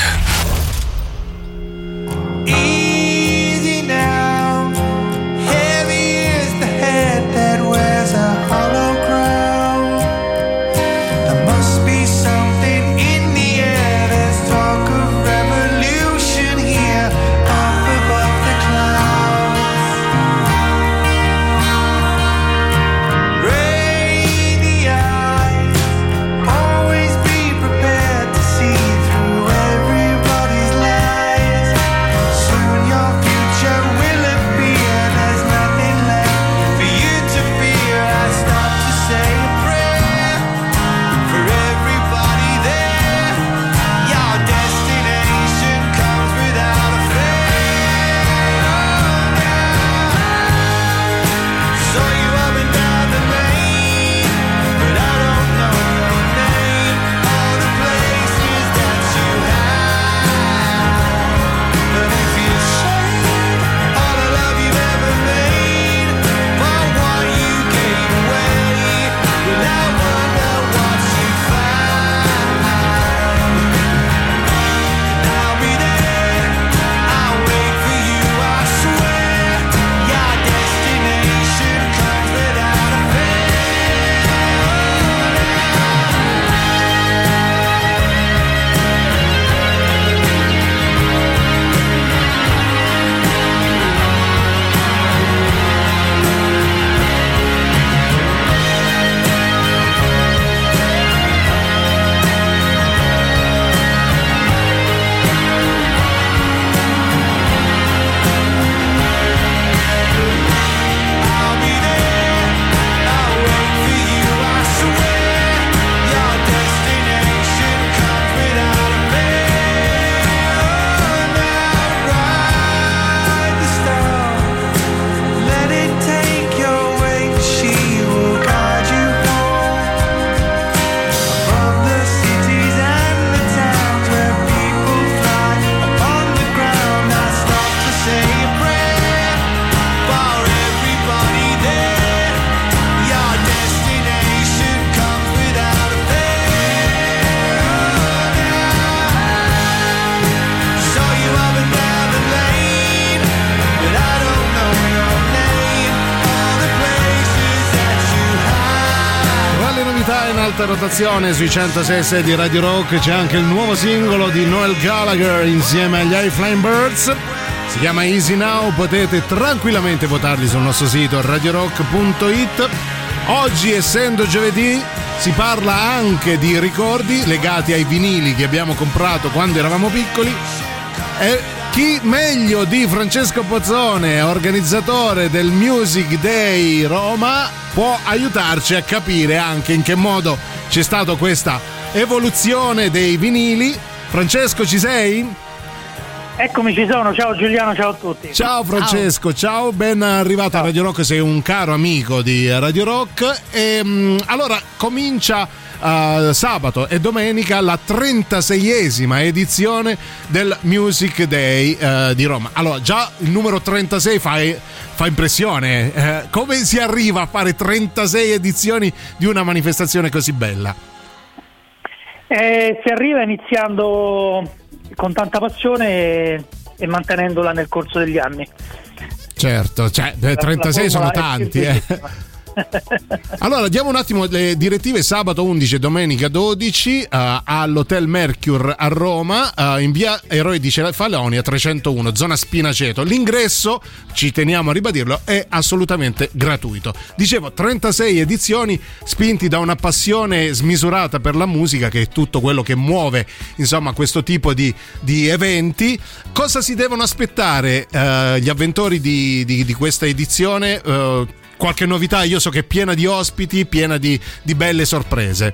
Easy now, heavy is the head that wears a hollow crown. There must be something in the air, there's talk of revolution here up above the clouds. Rainy eyes, always be prepared to see through everybody's lies. Soon your future will appear, there's nothing left for you to fear. I stop to say a prayer for everybody there. Your destination comes without a saw you up and down the lane, but I don't know your name. All the places that you have, but if you shade all the love you've ever made for what you gave away, well I wonder what you found. I'll be there, I'll wait for you, I swear. Your destination comes without a I'll be there, I'll wait for you, I swear. Your destination comes without a veil. Now ride the storm, let it take your way. She will guide you home above the cities and the towns where people fly upon the ground. I stop to say a prayer for everybody there. Your destination comes without a veil. Saw you up and down the lane, but I don't know your name. All the places that you have. Tra le novità in alta rotazione sui centosei e sei di Radio Rock c'è anche il nuovo singolo di Noel Gallagher insieme agli High Flying Birds. Si chiama Easy Now, potete tranquillamente votarli sul nostro sito radio rock punto it. Oggi, essendo giovedì, si parla anche di ricordi legati ai vinili che abbiamo comprato quando eravamo piccoli. E chi meglio di Francesco Pozzone, organizzatore del Music Day Roma, può aiutarci a capire anche in che modo c'è stata questa evoluzione dei vinili. Francesco, ci sei? Eccomi, ci sono. Ciao Giuliano, ciao a tutti. Ciao Francesco, ciao, ben arrivato a Radio Rock, sei un caro amico di Radio Rock. E, mh, allora comincia uh, sabato e domenica la trentaseiesima edizione del Music Day uh, di Roma. Allora già il numero trentasei fa, fa impressione, eh, come si arriva a fare trentasei edizioni di una manifestazione così bella? Eh, si arriva iniziando con tanta passione e, e mantenendola nel corso degli anni. Certo, cioè trentasei sono tanti, eh. Allora diamo un attimo le direttive. Sabato undici e domenica dodici uh, all'Hotel Mercure a Roma, uh, in via Eroi di Cefalonia trecentouno, zona Spinaceto. L'ingresso, ci teniamo a ribadirlo, è assolutamente gratuito. Dicevo, trentasei edizioni spinti da una passione smisurata per la musica, che è tutto quello che muove insomma questo tipo di, di eventi. Cosa si devono aspettare uh, gli avventori di, di, di questa edizione? Uh, Qualche novità? Io so che è piena di ospiti, piena di, di belle sorprese.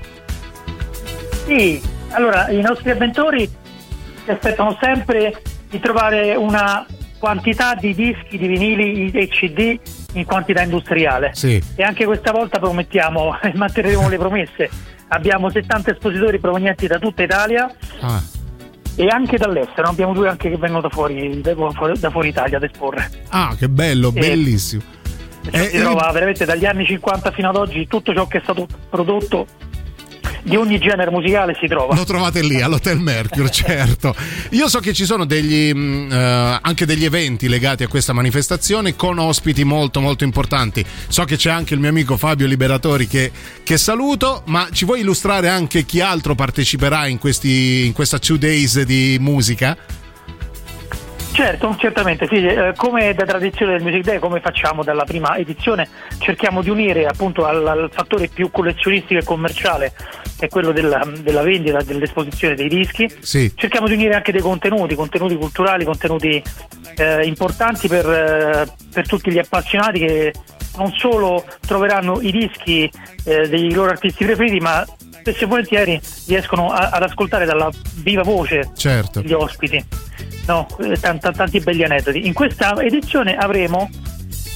Sì, allora i nostri avventori si aspettano sempre di trovare una quantità di dischi, di vinili e C D in quantità industriale. Sì. E anche questa volta promettiamo e manterremo le promesse. Abbiamo settanta espositori provenienti da tutta Italia. Ah. e anche dall'estero. Abbiamo due anche che vengono da fuori, da fuori, da fuori Italia ad esporre. Ah, che bello, E- bellissimo. Cioè, si Eh, trova veramente dagli anni cinquanta fino ad oggi tutto ciò che è stato prodotto di ogni genere musicale si trova. Lo trovate lì all'Hotel Mercure, certo. Io so che ci sono degli mh, eh, anche degli eventi legati a questa manifestazione con ospiti molto molto importanti. So che c'è anche il mio amico Fabio Liberatori che, che saluto, ma ci vuoi illustrare anche chi altro parteciperà in questi in questa two days di musica? Certo, certamente, sì, eh, come da tradizione del Music Day, come facciamo dalla prima edizione, cerchiamo di unire appunto al, al fattore più collezionistico e commerciale, che è quello della, della vendita, dell'esposizione dei dischi. Sì. Cerchiamo di unire anche dei contenuti, contenuti culturali, contenuti eh, importanti per, eh, per tutti gli appassionati che non solo troveranno i dischi eh, dei loro artisti preferiti, ma spesso e volentieri riescono a, ad ascoltare dalla viva voce Certo. gli ospiti. No, eh, tanti, tanti belli aneddoti. In questa edizione avremo uh,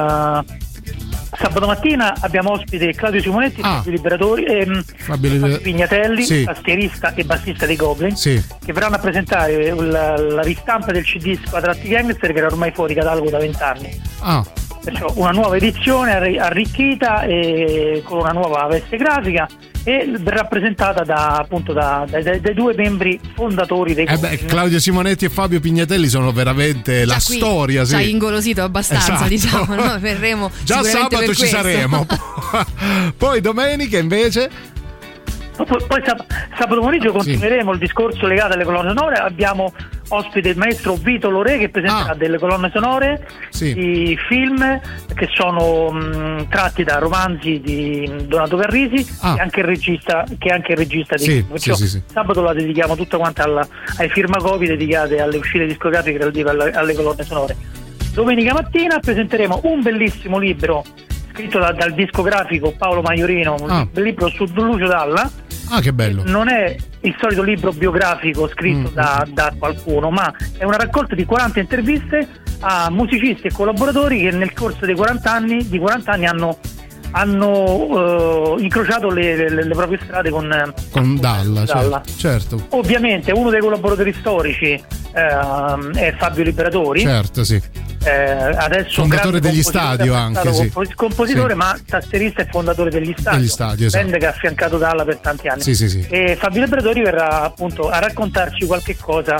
sabato mattina abbiamo ospite Claudio Simonetti, Ah. Fabio Liberatori, ehm, Fabio Fabio Liber- Pignatelli, Sì. tastierista e bassista dei Goblin, Sì. che verranno a presentare la, la ristampa del C D Squadratti Gangster, che era ormai fuori catalogo da vent'anni. Ah, Perciò una nuova edizione arri- arricchita e con una nuova veste grafica, e verrà presentata da, appunto da, dai, dai- dai due membri fondatori dei eh beh, Claudio Simonetti e Fabio Pignatelli sono veramente la Già qui storia, ci ha sì. ingolosito abbastanza, Esatto. diciamo, no? Verremo Già sicuramente sabato per ci questo. saremo. Poi domenica invece Poi, poi sab- sabato pomeriggio continueremo il discorso legato alle colonne sonore. Abbiamo ospite il maestro Vito Loré che presenterà Ah. delle colonne sonore Sì. di film che sono mh, tratti da romanzi di Donato Carrisi, Ah. che è anche il regista, che è anche il regista di Sì, film. Perciò sì, sì, sì. sabato la dedichiamo tutta quanta alla, ai firmacopi dedicati alle uscite discografiche relative alle, alle colonne sonore. Domenica mattina presenteremo un bellissimo libro scritto da- dal discografico Paolo Maiorino, un Ah. bel libro su Lucio Dalla. Ah, che bello. Non è il solito libro biografico scritto Mm. da, da qualcuno, ma è una raccolta di quaranta interviste a musicisti e collaboratori che nel corso dei quaranta anni, di quaranta anni hanno, hanno eh, incrociato le, le- le proprie strade con, Con Dalla, Dalla. certo. certo. Ovviamente uno dei collaboratori storici ehm, è Fabio Liberatori. Certo, sì. Eh, adesso Fondatore grande degli compositore, Stadio è anche, stato sì. compo- compositore, Sì. ma tastierista e fondatore degli Stadio, Degli Stadio, esatto. band che ha affiancato Dalla per tanti anni. Sì, sì, sì. E Fabio Liberatori verrà appunto a raccontarci qualche cosa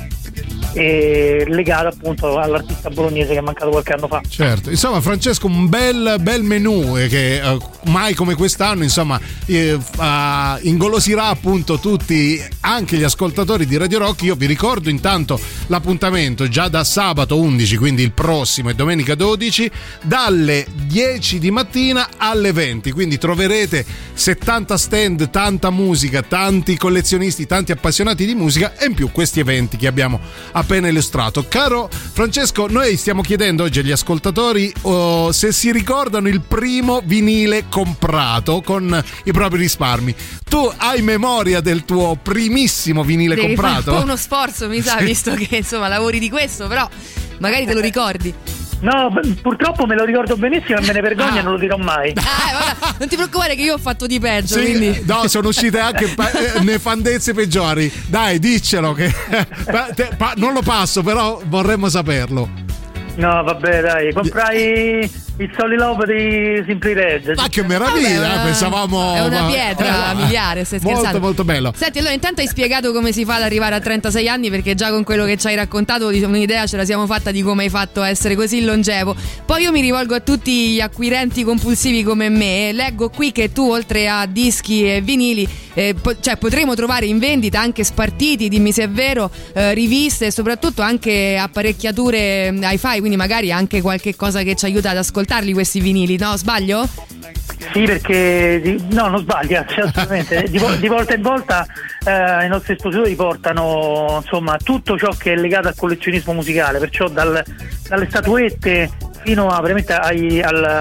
eh, legata appunto all'artista bolognese che è mancato qualche anno fa. Certo, insomma Francesco, un bel, bel menù eh, che eh, mai come quest'anno insomma eh, fa- ingolosirà appunto tutti, anche gli ascoltatori di Radio Rock. Io vi ricordo intanto l'appuntamento già da sabato undici, quindi il prossimo, e domenica dodici, dalle dieci di mattina alle venti, quindi troverete settanta stand, tanta musica, tanti collezionisti, tanti appassionati di musica e in più questi eventi che abbiamo appena illustrato. Caro Francesco, noi stiamo chiedendo oggi agli ascoltatori oh, se si ricordano il primo vinile comprato con i propri risparmi. Tu hai memoria del tuo primissimo vinile Devi fare comprato? un po' uno sforzo, mi sa, Sì. visto che insomma lavori di questo, però magari te lo ricordi. No, b- purtroppo me lo ricordo benissimo e me ne vergogno e non lo dirò mai. Ah, guarda, non ti preoccupare che io ho fatto di peggio, Sì, quindi. no, sono uscite anche pa- eh, nefandezze peggiori. Dai, diccelo che pa- te- pa- non lo passo, però vorremmo saperlo. No, vabbè, dai, comprai il Solid Love di Simply Red. Ma che meraviglia, Vabbè, eh, pensavamo È una ma- pietra eh, miliare, stai molto, scherzando. molto bello. Senti, allora intanto hai spiegato come si fa ad arrivare a trentasei anni, perché già con quello che ci hai raccontato diciamo, un'idea ce la siamo fatta di come hai fatto a essere così longevo. Poi io mi rivolgo a tutti gli acquirenti compulsivi come me. Leggo qui che tu, oltre a dischi e vinili, eh, po- cioè potremo trovare in vendita anche spartiti, dimmi se è vero, eh, riviste e soprattutto anche apparecchiature hi-fi, quindi magari anche qualche cosa che ci aiuta ad ascoltarli questi vinili, no? Sbaglio? Sì, perché di- no, non sbaglia, cioè, assolutamente. Di, vo- di volta in volta eh, i nostri espositori portano insomma tutto ciò che è legato al collezionismo musicale, perciò dal- dalle statuette fino a veramente ai, al,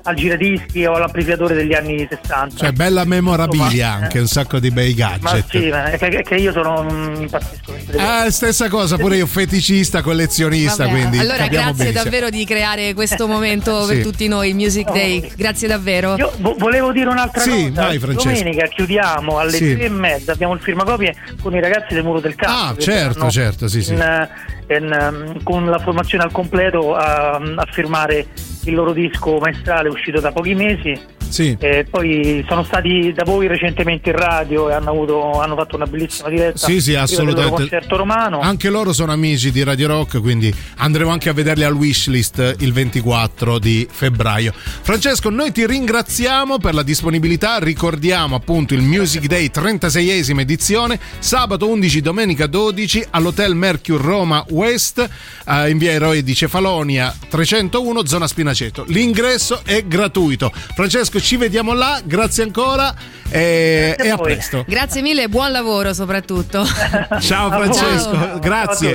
al giradischi o all'amplificatore degli anni sessanta. Cioè bella memorabilia, Insomma, anche un sacco di bei gadget. Ma sì, ma è che, è che io sono un impazzisco. Ah, stessa cosa, pure io feticista, collezionista. Vabbè, Quindi allora grazie benissimo. davvero di creare questo momento per Sì. tutti noi, Music Day. Grazie davvero. Io vo- volevo dire un'altra Sì, cosa. vai, Francesco. Domenica chiudiamo alle Sì. tre e mezza, abbiamo il firmacopie con i ragazzi del Muro del Campo. Ah, che certo, saranno certo, sì, sì. in- in, um, con la formazione al completo a, a firmare il loro disco maestrale uscito da pochi mesi. Sì. E poi sono stati da voi recentemente in radio e hanno avuto hanno fatto una bellissima diretta. Sì, sì, prima del loro assolutamente. concerto romano. Anche loro sono amici di Radio Rock, quindi andremo anche a vederli al Wishlist il ventiquattro di febbraio. Francesco, noi ti ringraziamo per la disponibilità. Ricordiamo appunto il Music Day trentaseiesima edizione, sabato undici, domenica dodici all'Hotel Mercure Roma West, eh, in via Eroi di Cefalonia trecentouno, zona Spinaceto. L'ingresso è gratuito. Francesco, ci vediamo là, grazie ancora e, e a presto. Grazie mille e buon lavoro soprattutto. Ciao Francesco, Ciao. grazie.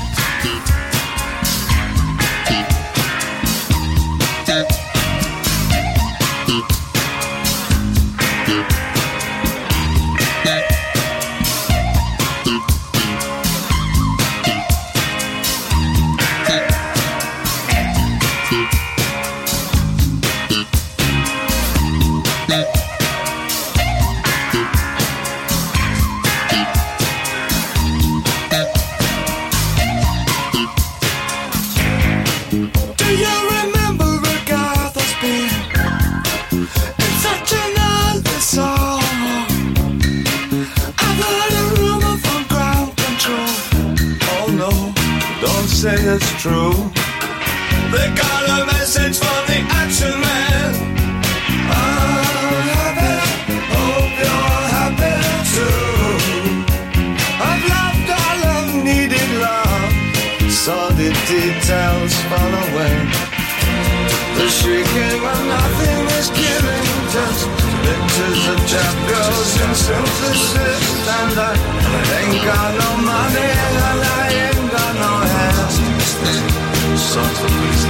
Do you remember Agatha Spear? It's such an ugly song. I've heard a rumor from ground control. Oh no, don't say it's true. They got a message from the action man. I'm happy, hope you're happy too. I've loved all I've needed love. Saw the details fall away. The shrieking when nothing is given. Just pictures of chap girls and synthesis. And I ain't got no money and I ain't got no hands. Songs for please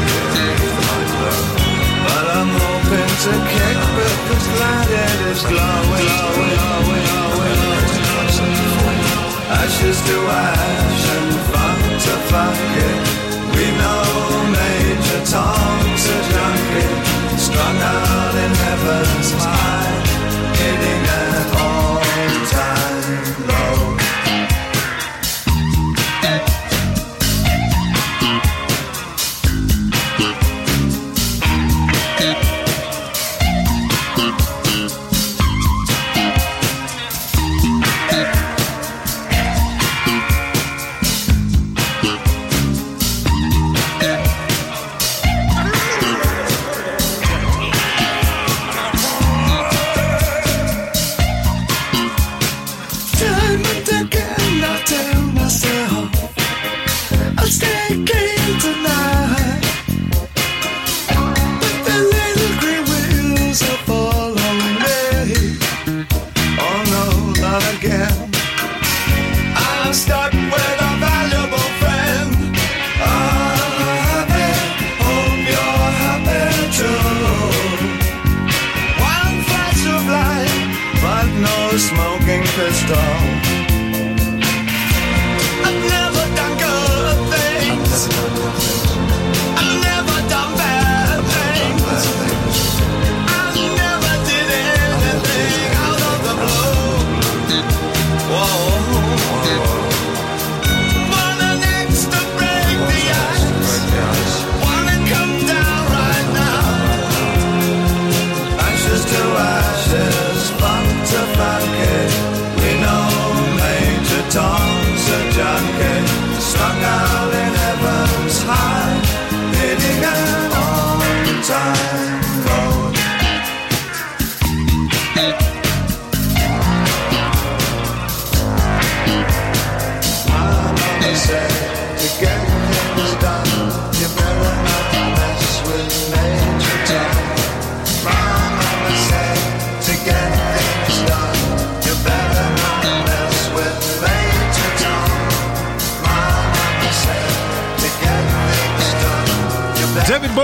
but I'm hoping to kick because glad it is glowing, glowing, glowing, glowing, glowing. Ashes to ash and funk to funk it. We know Major Tom's a junkie, strung out in heaven's mind, hitting an all-time low. Time and again I tell myself I'll stay clean tonight, but the little green wheels are following me. Oh no, not again. I'm stuck with a valuable friend. I'm happy, hope you're happy too. One flash of light, but no smoking pistol. I've never done good things. I've never done bad things. I never did anything out of the blue. Whoa. Want an axe to break the ice. Wanna come down right now. Ashes to ashes, funk to funk it. We know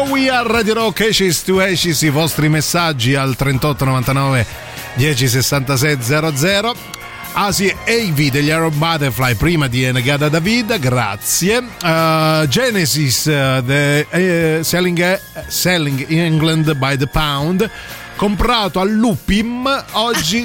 So We Are Radio Rock, Aces to Aces, i vostri messaggi al trentotto novantanove dieci sessantasei zero zero. Asi A V degli Arrow Butterfly prima di Negada David, grazie. uh, Genesis uh, the, uh, selling, uh, selling England by the pound, comprato all'Upim oggi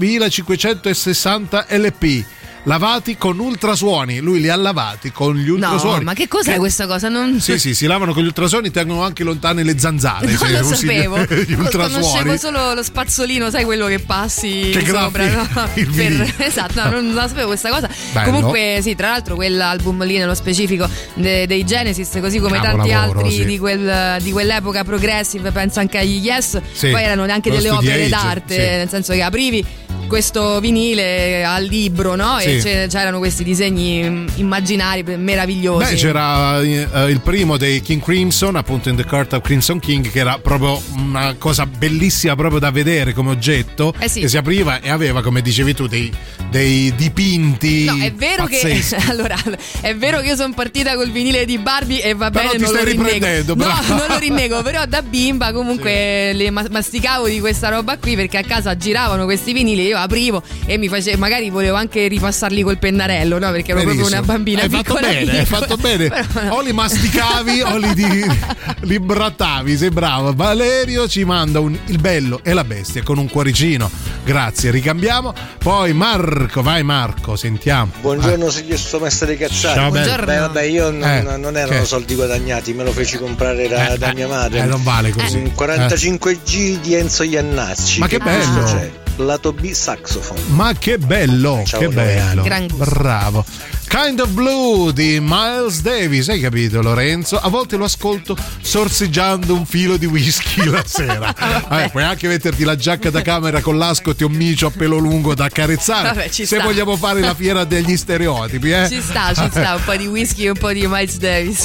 duemilacinquecentosessanta L P, lavati con ultrasuoni. Lui li ha lavati con gli ultrasuoni. No, ma che cos'è che... questa cosa? Non... Sì, sì, si lavano con gli ultrasuoni, tengono anche lontane le zanzare. Non se lo usi sapevo. Gli ultrasuoni. Conoscevo solo lo spazzolino, sai, quello che passi che sopra, no? per... Esatto, no, non la sapevo questa cosa. Bello. Comunque sì, tra l'altro quell'album lì nello specifico de- dei Genesis, così come Cavolo, tanti lavoro, altri sì. di, quel, di quell'epoca progressive, penso anche agli Yes, sì. Poi erano anche Lo delle Studio opere Age, d'arte, sì. nel senso che aprivi questo vinile al libro, no? Sì. E c'erano questi disegni immaginari meravigliosi. Beh, c'era uh, il primo dei King Crimson, appunto In the Court of Crimson King, che era proprio una cosa bellissima proprio da vedere come oggetto, eh sì. che si apriva e aveva, come dicevi tu, dei, dei dipinti. No, è vero pazzeschi. che allora è vero che io sono partita col vinile di Barbie e va Però bene, ti non stai lo rinnego. riprendendo, no, bravo. non lo rinnego, però da bimba comunque sì. le masticavo di questa roba qui, perché a casa giravano questi vinili, io aprivo e mi facevo, magari volevo anche ripassarli col pennarello, no? Perché ero Benissimo. proprio una bambina hai piccola. Fatto bene, hai fatto bene. Però, no. O li masticavi o li, di, li brattavi, sei bravo. Valerio ci manda un, il bello e la bestia con un cuoricino. Grazie, ricambiamo. Poi Marco, vai Marco, sentiamo. Buongiorno, ah. se gli sto mestre cazzati. Ciao, Buongiorno. Beh, vabbè, io non, eh, non erano che? soldi guadagnati, me lo feci comprare da, eh, da mia madre. Eh, non vale così. Un quarantacinque G di Enzo Iannacci. Ma che bello! C'è. Lato B saxophone. Ma che bello, Ciao, che bello. Gran gusto. Bravo. Kind of Blue di Miles Davis, hai capito Lorenzo? A volte lo ascolto sorseggiando un filo di whisky la sera. Vabbè, puoi anche metterti la giacca da camera con l'ascot e un micio a pelo lungo da accarezzare. Vabbè, ci se sta. vogliamo fare la fiera degli stereotipi, eh? Ci sta, ci sta, un po' di whisky e un po' di Miles Davis.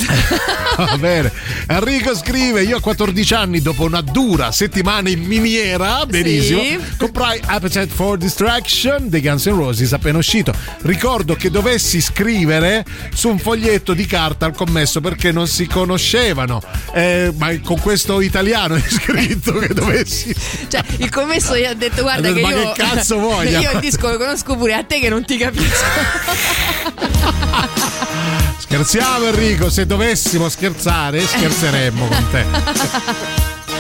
Va bene. Enrico scrive: io a quattordici anni, dopo una dura settimana in miniera, benissimo, Sì. comprai Appetite for Distraction dei Guns N' Roses appena uscito. Ricordo che dovessi scrivere su un foglietto di carta al commesso perché non si conoscevano, eh, ma con questo italiano è scritto che dovessi. Cioè, il commesso gli ha detto: guarda, che Ma io, che cazzo vuoi? io il disco lo conosco pure, a te che non ti capisco. Scherziamo Enrico, se dovessimo scherzare scherzeremmo con te.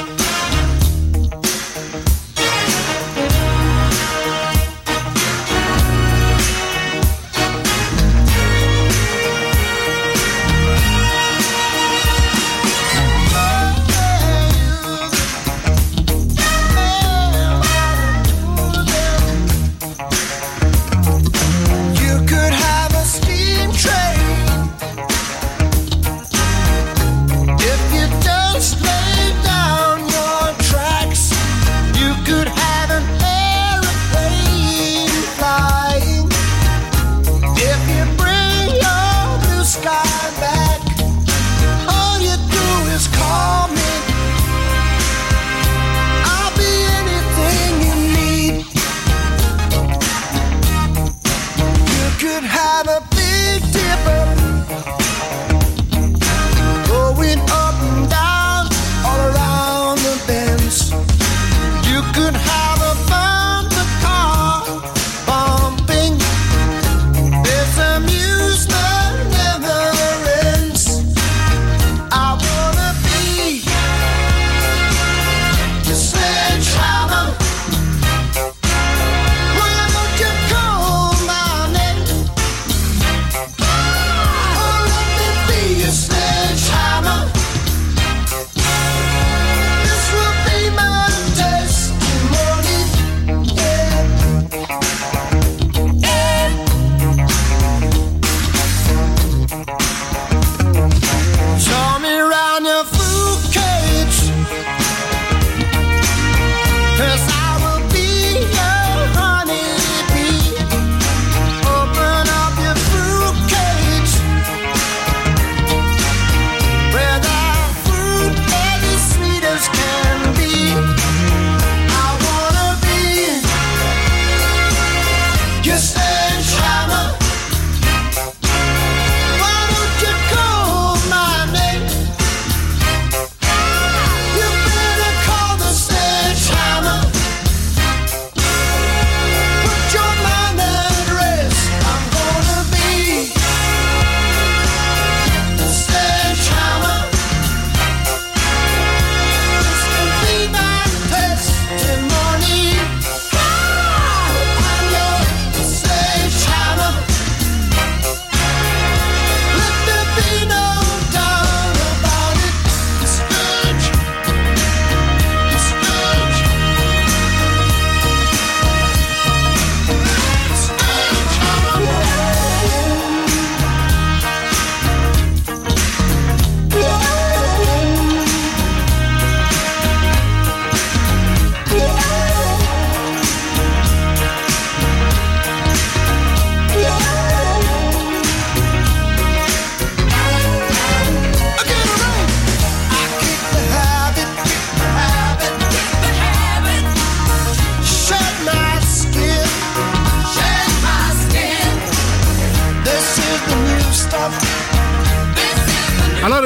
You could have a steam train if you just lay down.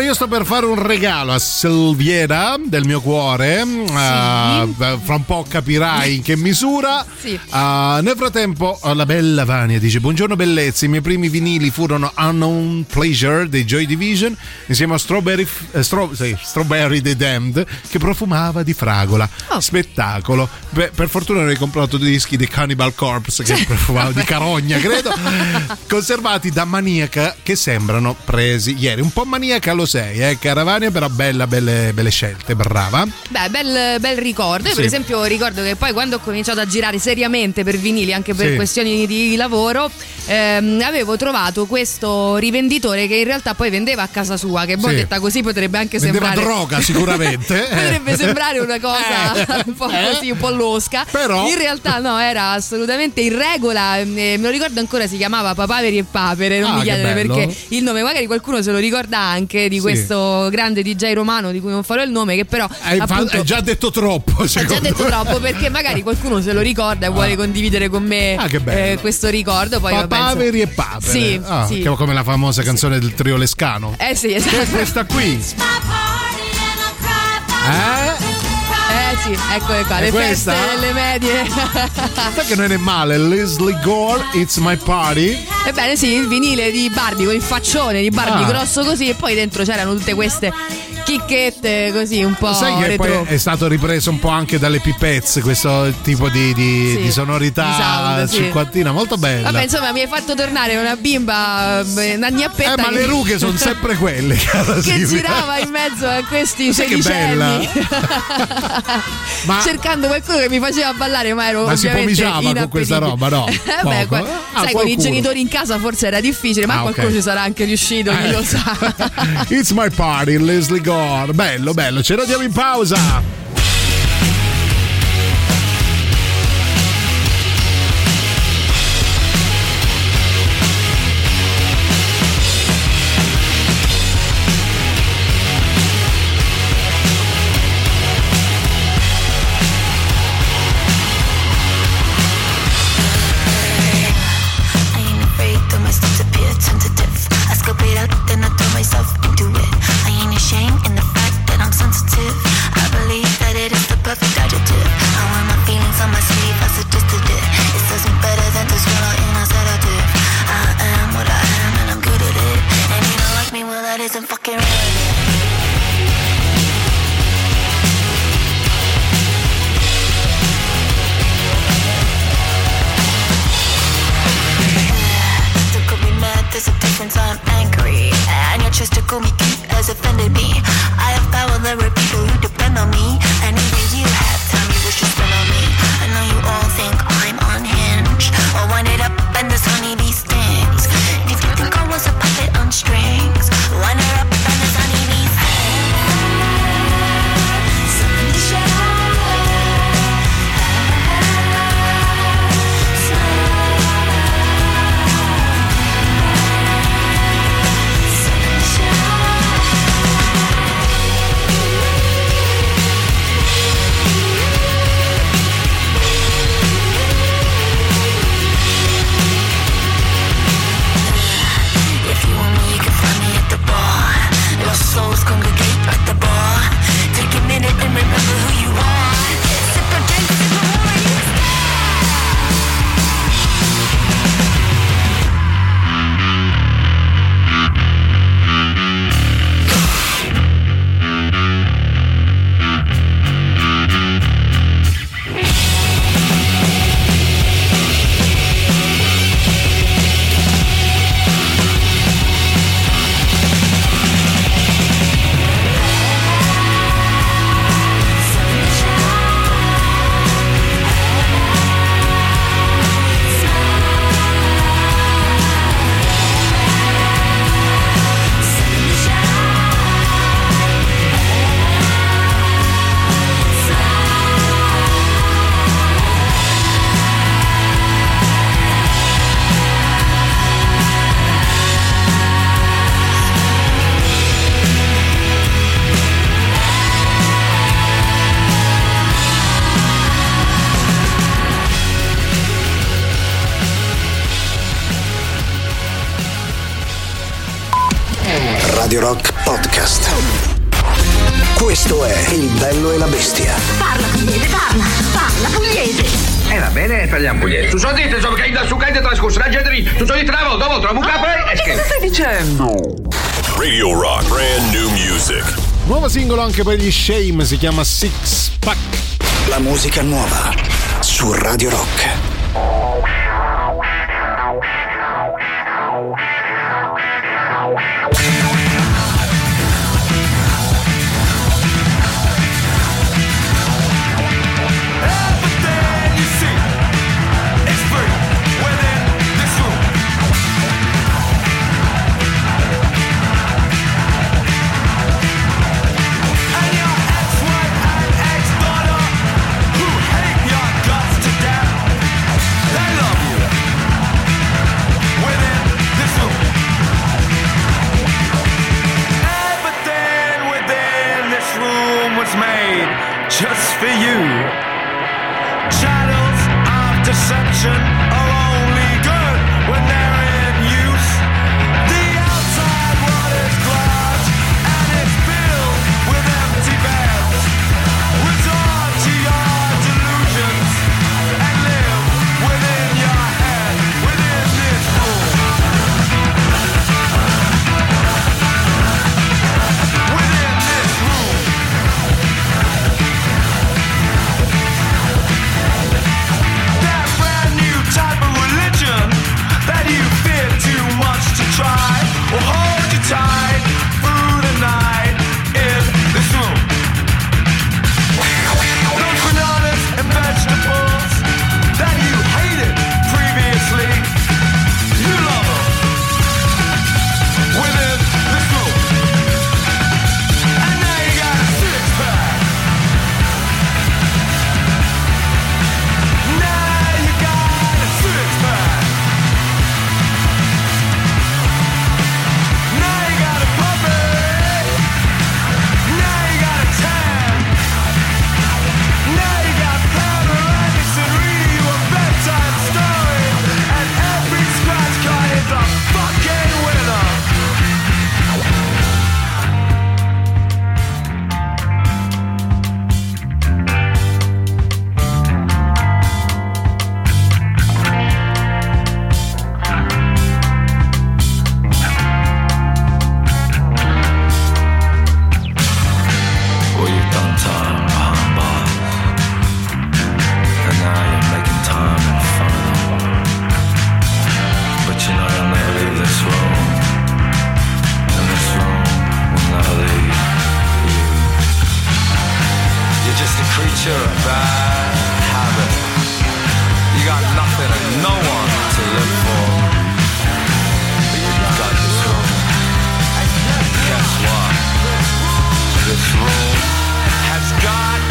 io sto per fare un regalo a Silviera del mio cuore. Sì. Uh, fra un po' capirai in che misura. Sì. Uh, nel frattempo, la bella Vania dice: buongiorno bellezze, i miei primi vinili furono Unknown Pleasure dei Joy Division insieme a Strawberry, eh, Stro- sì, Strawberry The Damned, che profumava di fragola. Oh. Spettacolo. Beh, per fortuna ne ho comprato due dischi di Cannibal Corpse che profumavano di carogna, credo, conservati da maniaca, che sembrano presi ieri. Un po' maniaca lo sei, eh, Caravania, però bella, belle, belle scelte, brava. Beh, bel, bel ricordo. Io sì. per esempio ricordo che poi quando ho cominciato a girare seriamente per vinili, anche per sì. questioni di lavoro, ehm, avevo trovato questo rivenditore che in realtà poi vendeva a casa sua, che poi sì. detta così potrebbe anche vendeva sembrare droga sicuramente. potrebbe sembrare una cosa eh. un po' così, un po' losca, però in realtà no, era assolutamente in regola. Eh, me lo ricordo ancora, si chiamava Papaveri e Papere, non ah, mi chiedere bello. perché il nome, magari qualcuno se lo ricorda anche di sì. questo grande D J romano di cui non farò il nome, che però hai, appunto, hai già detto troppo, hai già detto troppo, perché magari qualcuno se lo ricorda e vuole ah. condividere con me ah, eh, questo ricordo. Poi Papaveri e Papere, sì, ah, sì. che come la famosa canzone sì. del trio Lescano. Eh sì, esatto. Che è questa qui. Eh? Eh sì, eccole qua, è le questa? feste delle medie. Sai che non è male, Leslie Gore, It's My Party. Ebbene sì, il vinile di Barbie con il faccione di Barbie ah. grosso così, e poi dentro c'erano tutte queste chicchette così un po' sai che retro. Poi è stato ripreso un po' anche dalle Pipezze questo tipo di, di, sì, di sonorità di sound, sì. cinquantina, molto bella. Vabbè, insomma, mi hai fatto tornare una bimba, una gnappetta eh, ma che... le rughe sono sempre quelle, cara che Silvia. girava in mezzo a questi sai sedicenni ma... cercando qualcuno che mi faceva ballare, ma ero ma si ovviamente pomiciava con questa roba, no? eh beh, qua... ah, sai, qualcuno. Con i genitori in casa forse era difficile, ma ah, qualcuno okay. ci sarà anche riuscito, chi eh. lo sa. It's My Party, Leslie Gore, bello bello, ce lo diamo in pausa. Myself into it. I ain't ashamed in the fact that I'm sensitive. I believe Radio Rock Podcast. Questo è Il bello e la bestia. Parla pugliese, parla, parla pugliese. Eh va bene, parliamo pugliese. Tu so dite, so che da su cade trascorso la gente, tu so dite una volta, dopo trovo un capo e che Cosa stai dicendo? Radio Rock, brand new music. Nuovo singolo anche per gli Shame, si chiama Six Pack. La musica nuova su Radio Rock. Just for you. Channels of deception are only good when they're in use. The outside world is glass and it's filled with empty beds. Resort to your delusions and live within your head, within this room. Within this room. Type of religion that you fear too much to try will hold you tight through the night in this room. Those bananas and vegetables that you hated previously, you love them within this room. And now you got a six pack. Now you got six pack. Now you got a puppy. Now you got a tan. Now you got Pamela Anderson reading you a bedtime story, and every scratch card is a fucking winner. Well, you've done time behind bars, and now you're making time in front of them. But you know you'll never leave this room, and this room will never leave you. You're just a creature of bad habit. You got nothing and no one to live for. But you've got this room. Guess what? This room has got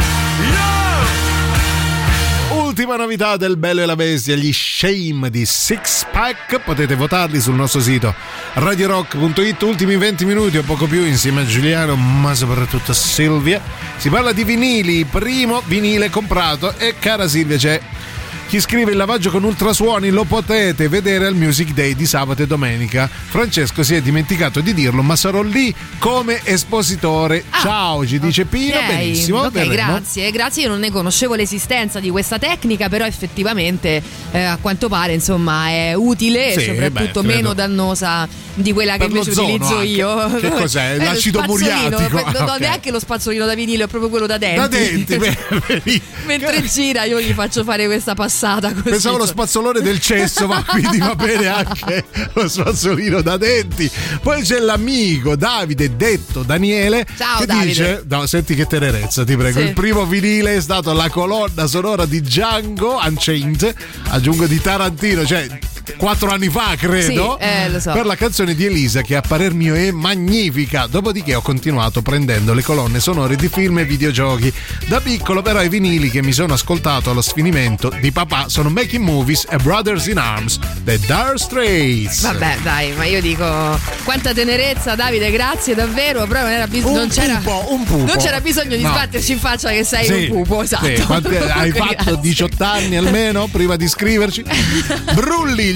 you! Ultima novità del Bello e la Bestia, gli Shame di Six Pack. Potete votarli sul nostro sito radio rock punto it. Ultimi venti minuti o poco più insieme a Giuliano, ma soprattutto a Silvia. Si parla di vinili, primo vinile comprato. E cara Silvia, c'è chi scrive: il lavaggio con ultrasuoni lo potete vedere al Music Day di sabato e domenica. Francesco si è dimenticato di dirlo, ma sarò lì come espositore. Ah, ciao, ci dice Pino. Okay, benissimo. Ok, verremo. grazie, grazie. Io non ne conoscevo l'esistenza di questa tecnica, però effettivamente eh, a quanto pare insomma è utile Sì, e soprattutto beh, meno dannosa di quella che Per invece l'ozono utilizzo anche. io. Che cos'è? Eh, L'acido lo spazzolino, muriatico? Non ho Ok. neanche lo spazzolino da vinile, è proprio quello da denti. Da denti, beh, Mentre gira io gli faccio fare questa passata così. pensavo lo spazzolone del cesso, ma quindi va bene anche lo spazzolino da denti. Poi c'è l'amico Davide, detto Daniele, Ciao, che Davide. dice: no, senti che tenerezza, ti prego. Sì. Il primo vinile è stato la colonna sonora di Django Unchained, aggiungo di Tarantino, cioè quattro anni fa credo, Sì, eh, lo so. per la canzone di Elisa, che a parer mio è magnifica. Dopodiché ho continuato prendendo le colonne sonore di film e videogiochi. Da piccolo però i vinili che mi sono ascoltato allo sfinimento di papà sono Making Movies e Brothers in Arms, The Dire Straits. Vabbè, dai, ma io dico quanta tenerezza, Davide, grazie davvero, però non era bisogno, non c'era pupo, un pupo. non c'era bisogno di No. sbatterci in faccia che sei Sì, un pupo, esatto. sì. Quanti- hai fatto Grazie. diciotto anni almeno prima di iscriverci? Brulli, gli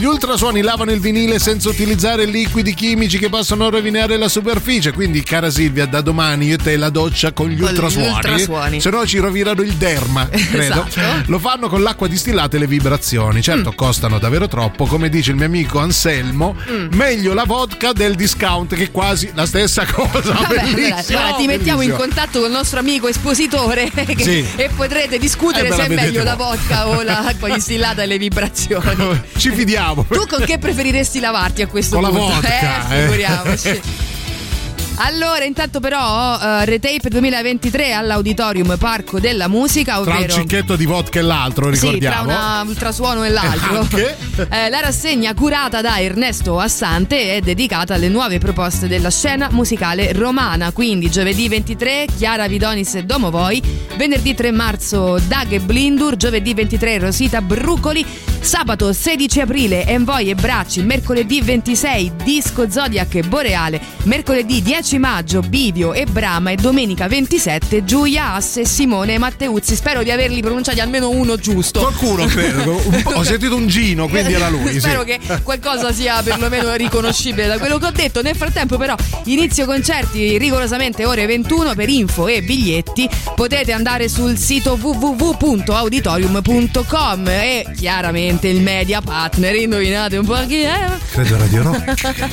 Gli ultrasuoni lavano il vinile senza utilizzare liquidi chimici che possono rovinare la superficie. Quindi, cara Silvia, da domani io e te la doccia con gli Con gli ultrasuoni, ultrasuoni. se no ci rovinano il derma, credo. Esatto. Lo fanno con l'acqua distillata e le vibrazioni. Certo, Mm. costano davvero troppo. Come dice il mio amico Anselmo, Mm. meglio la vodka del discount, che è quasi la stessa cosa. Vabbè, Bellissimo, allora, ti mettiamo in bellissimo. contatto con il nostro amico espositore che- Sì. e potrete discutere Eh, me se la è vedete meglio la voi. vodka o l'acqua distillata e le vibrazioni. Ci fidiamo. Tu con che preferiresti lavarti a questo Con la punto? vodka, eh, eh. figuriamoci. Allora, intanto però uh, Retape duemilaventitré all'Auditorium Parco della Musica, Tra un ovvero cicchetto di vodka e l'altro, sì, tra ricordiamo. una ultrasuono e l'altro. Anche? Eh, la rassegna curata da Ernesto Assante è dedicata alle nuove proposte della scena musicale romana. Quindi giovedì ventitré Chiara Vidonis e Domovoi, venerdì tre marzo Dag e Blindur, giovedì ventitré Rosita Brucoli, sabato sedici aprile Envoy e Bracci, mercoledì ventisei Disco Zodiac e Boreale, mercoledì dieci maggio Bivio e Brama e domenica ventisette Giulia Asse, Simone e Matteuzzi. Spero di averli pronunciati almeno uno giusto. Qualcuno credo. Un po', ho sentito un Gino, quindi era lui. Spero sì. che qualcosa sia perlomeno riconoscibile da quello che ho detto. Nel frattempo però inizio concerti rigorosamente ore ventuno. Per info e biglietti potete andare sul sito w w w punto auditorium punto com e chiaramente il media partner, indovinate un po' chi è? Credo Radio Rock.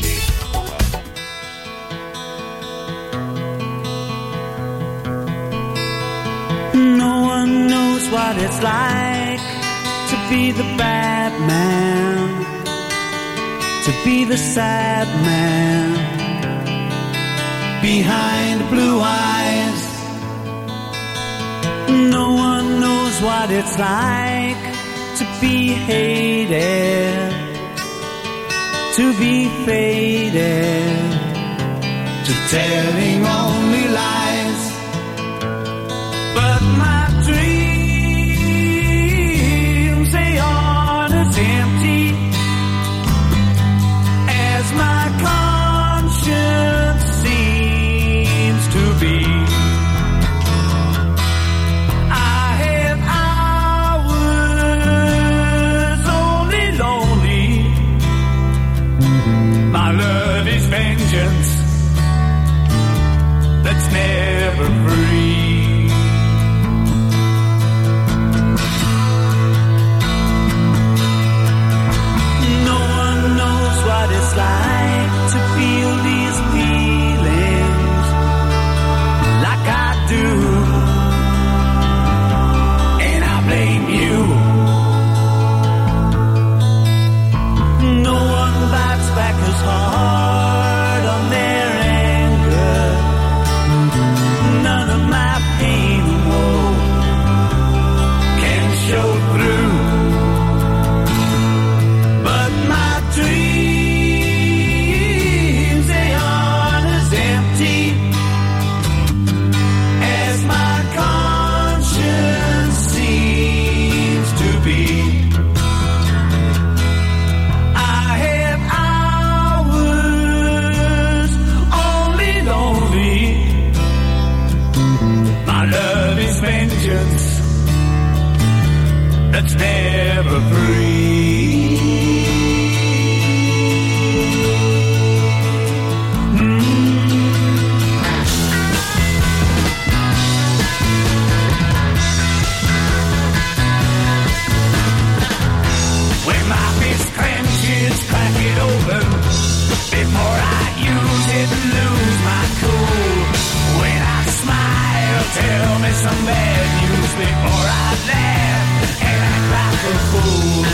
No one knows what it's like to be the bad man, to be the sad man behind blue eyes. No one knows what it's like to be hated, to be faded, to telling only lies. But my dreams, they aren't as empty as my conscience seems to be. I have hours only lonely. My love is vengeance that's never free. What it's like to feel these feelings like I do, and I blame you. No one bites back as hard on their anger. None of my pain and woe can show through. But my dreams, they aren't as empty as my conscience seems to be. I have hours only lonely. My love is vengeance that's never free. When my fist clenches, crack it open before I use it and lose my cool. When I smile, tell me some bad news before I laugh and act like a fool.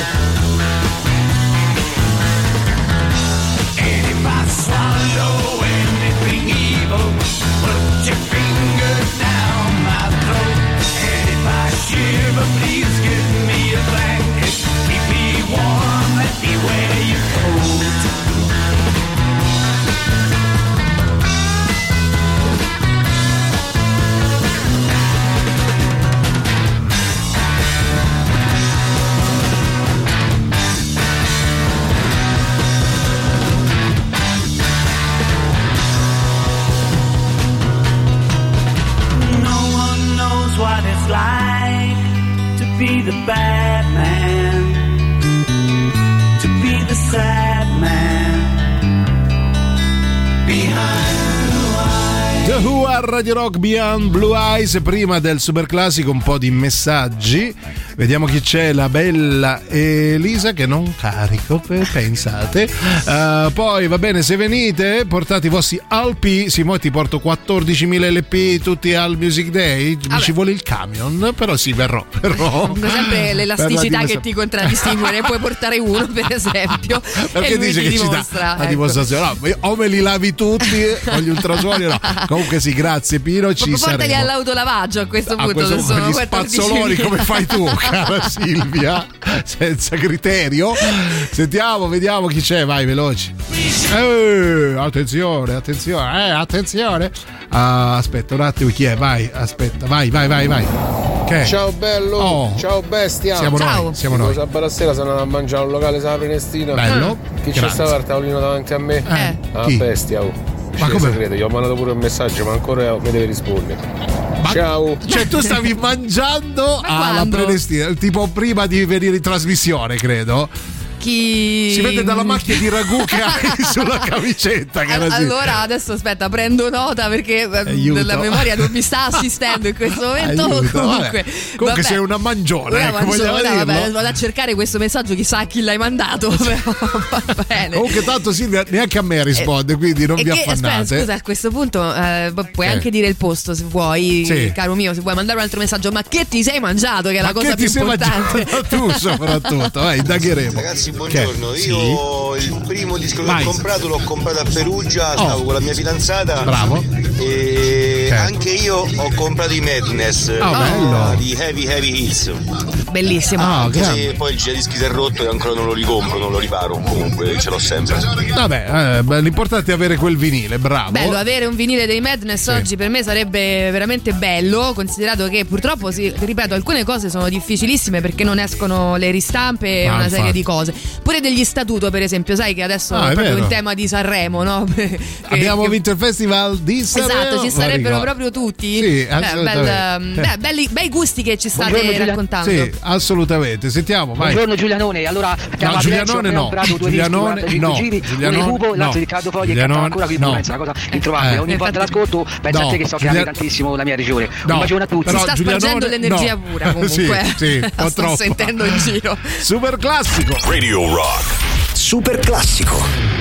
And if I swallow anything evil, put your finger down my throat. And if I shiver, please give me a blanket. Keep me warm, let me wear your coat. No one knows what it's like to be the bad man, to The Who a Radio Rock Beyond Blue Eyes. Prima del super classico un po' di messaggi. Vediamo chi c'è, la bella Elisa che non carico, pensate. Uh, poi va bene, se venite portate i vostri L P. Simone, ti porto quattordicimila L P tutti al Music Day. Mi ci vuole il camion, però sì, verrò, verrò. Sempre l'elasticità che ti contraddistingue, ne puoi portare uno per esempio. Perché e lui dice ti che dimostra, ci dà la ecco. dimostrazione. No, o me li lavi tutti con gli ultrasuoni, no. Comunque sì, grazie Pino, ci Ma saremo. portali all'autolavaggio a questo A punto, questo se punto, sono gli quattordicimila. spazzoloni come fai tu, cara Silvia, senza criterio. Sentiamo, vediamo chi c'è, vai veloci. Eh, attenzione, attenzione, eh, attenzione. Ah, aspetta un attimo, chi è? Vai, aspetta, vai, vai, vai, vai. Che? Ciao bello, Oh. ciao bestia. Siamo Ciao. noi, siamo noi. Sabato sera sono andato a mangiare a un locale sulla Prenestina. Bello. Chi c'è Grazie. stato al tavolino davanti a me? Eh. Ah, Chi? bestia. Oh. Ma Ci come? credo, gli ho mandato pure un messaggio, ma ancora mi deve rispondere. Ciao. Cioè tu stavi mangiando alla quando? Prenestina, tipo prima di venire in trasmissione, credo. Chi... Si vede dalla macchia di ragù che hai sulla camicetta, cara Silvia. Allora adesso aspetta, prendo nota perché eh, Aiuto. la memoria non mi sta assistendo in questo momento. Aiuto, Comunque, vabbè. Comunque vabbè. sei una mangiona, Una ecco, vogliamo mangiona, dirlo. vabbè, vado a cercare questo messaggio, chissà a chi l'hai mandato. Però va bene. Comunque tanto Silvia neanche a me risponde, quindi non E vi che, aspetta, affannate. scusa, a questo punto eh, puoi Eh. anche dire il posto se vuoi, Sì. caro mio, se vuoi mandare un altro messaggio. Ma che ti sei mangiato? Che è la Ma cosa che più ti sei importante. mangiato tu soprattutto, vai, indagheremo. Ragazzi, buongiorno. Che? Io il primo disco che Vai. ho comprato l'ho comprato a Perugia, stavo Oh. con la mia fidanzata. Bravo. E Che? anche io ho comprato i Madness Oh, bello. di Heavy Heavy Hits. Bellissimo. Ah, Anche grande. se poi il giradischi si è rotto e ancora non lo ricompro, non lo riparo. Comunque ce l'ho sempre. Vabbè, eh, beh, l'importante è avere quel vinile, bravo. Bello, avere un vinile dei Madness oggi per me sarebbe veramente bello, considerato che purtroppo, sì, ripeto, alcune cose sono difficilissime perché non escono le ristampe e Ah, una serie infatti. di cose. Pure degli statuto, per esempio, sai che adesso Ah, è proprio vero. in tema di Sanremo, no? Che- Abbiamo che- vinto il festival di Sanremo. Esatto, ci Ma sarebbero ricordo. proprio tutti. Sì, Beh, assolutamente. bel- beh, belli, bei gusti che ci state Buongiorno, Giulia- raccontando. Sì, assolutamente. Sentiamo, vai. Buongiorno Giulianone, allora chiamo No, a Giulianone Firenze, ho no. comprato due dischi, Giulianone quarantacinque no. giri, Giulianone un ricupo, l'altro no. di Riccardo Fogli e Giulianone cantava ancora qui in no. Florenza, una cosa introvabile. Eh. Ogni volta l'ascolto, pensa No, a te che so che Giulia- ami tantissimo la mia regione. No, Un bacione a tutti. però Si sta Giulianone, spargendo l'energia no. pura comunque. Sì, sì, un La po' sto troppo. sentendo in giro. Super classico. Radio Rock. Super classico.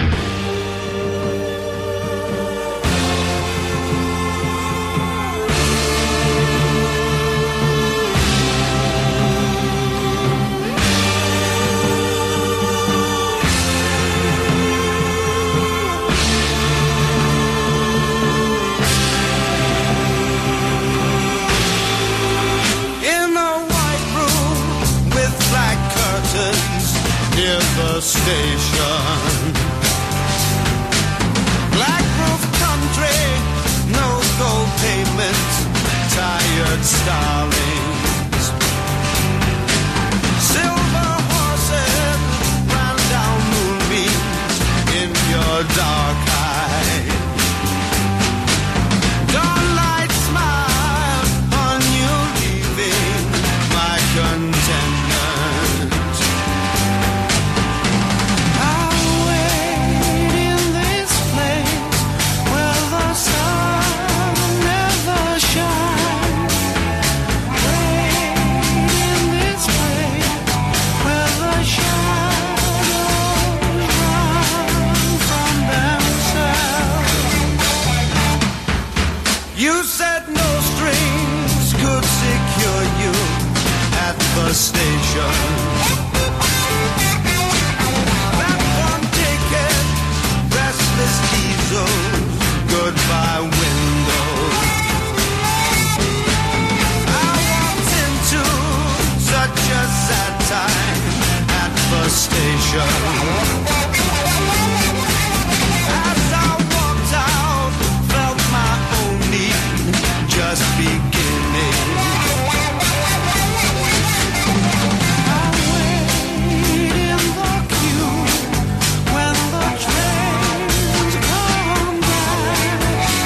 In a white room with black curtains near the station. Black roof country, no gold pavement, tired starlings. Silver horses ran down moonbeams in your dark eyes. Dawnlight smile on you leaving my contentment. I'll wait in this place where the sun never shines. Wait in this place where the shadows run from themselves. You said no strings could secure you at the station. That one ticket, restless diesels, goodbye windows. I walked into such a sad time at the station. As I walked out, felt my own need just beginning. I wait in the queue when the trains come back.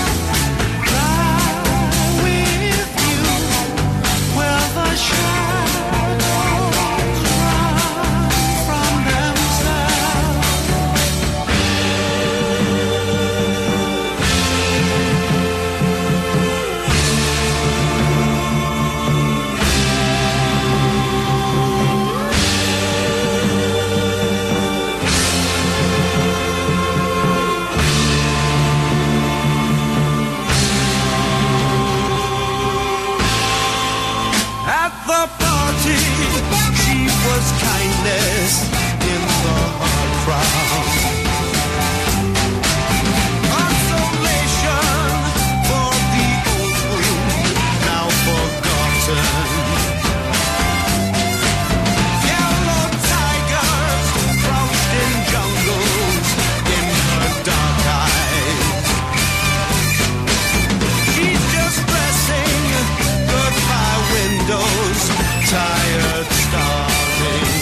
Ride with you where the shadows run from themselves. our party. She was kindness in the hard crowd. Consolation for the old wound now forgotten. Yellow tigers crouched in jungles in her dark eyes. She's just dressing goodbye windows, tired, starving.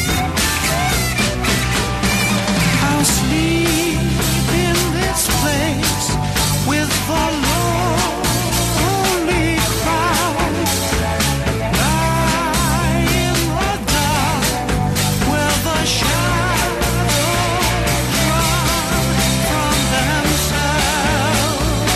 I'll sleep in this place with the lonely crowd. Lie in the dark where the shadows run from themselves.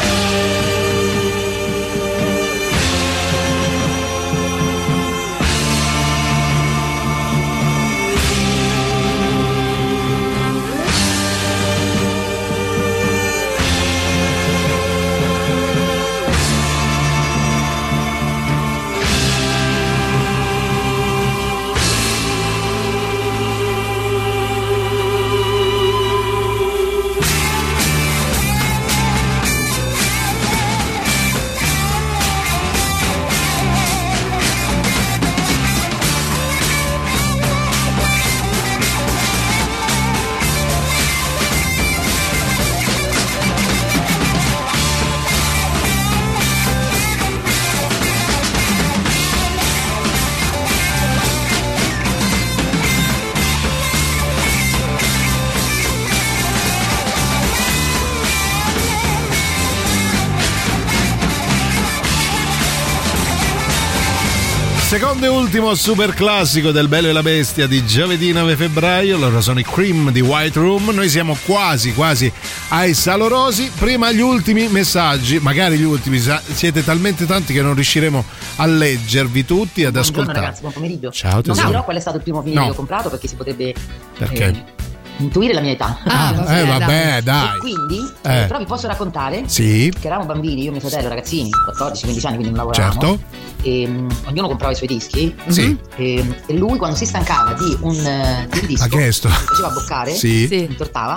Secondo e ultimo super classico del Bello e la Bestia di giovedì nove febbraio. Loro sono i Cream di White Room. Noi siamo quasi quasi ai salorosi. Prima gli ultimi messaggi, magari gli ultimi, siete talmente tanti che non riusciremo a leggervi tutti, ad Buongiorno ascoltare. ragazzi, buon pomeriggio. Ciao, non tesoro. dirò qual è stato il primo vinile No. che ho comprato perché si potrebbe Perché? eh, intuire la mia età. Ah, eh, vabbè, dai. E quindi Eh. eh, però vi posso raccontare Sì. che eravamo bambini, io e mio fratello, ragazzini, quattordici quindici anni, quindi non lavoravamo. Certo. E um, ognuno comprava i suoi dischi. Sì. E, e lui quando si stancava di un, eh, di un disco Ha chiesto. mi faceva boccare, Sì. Sì. mi tortava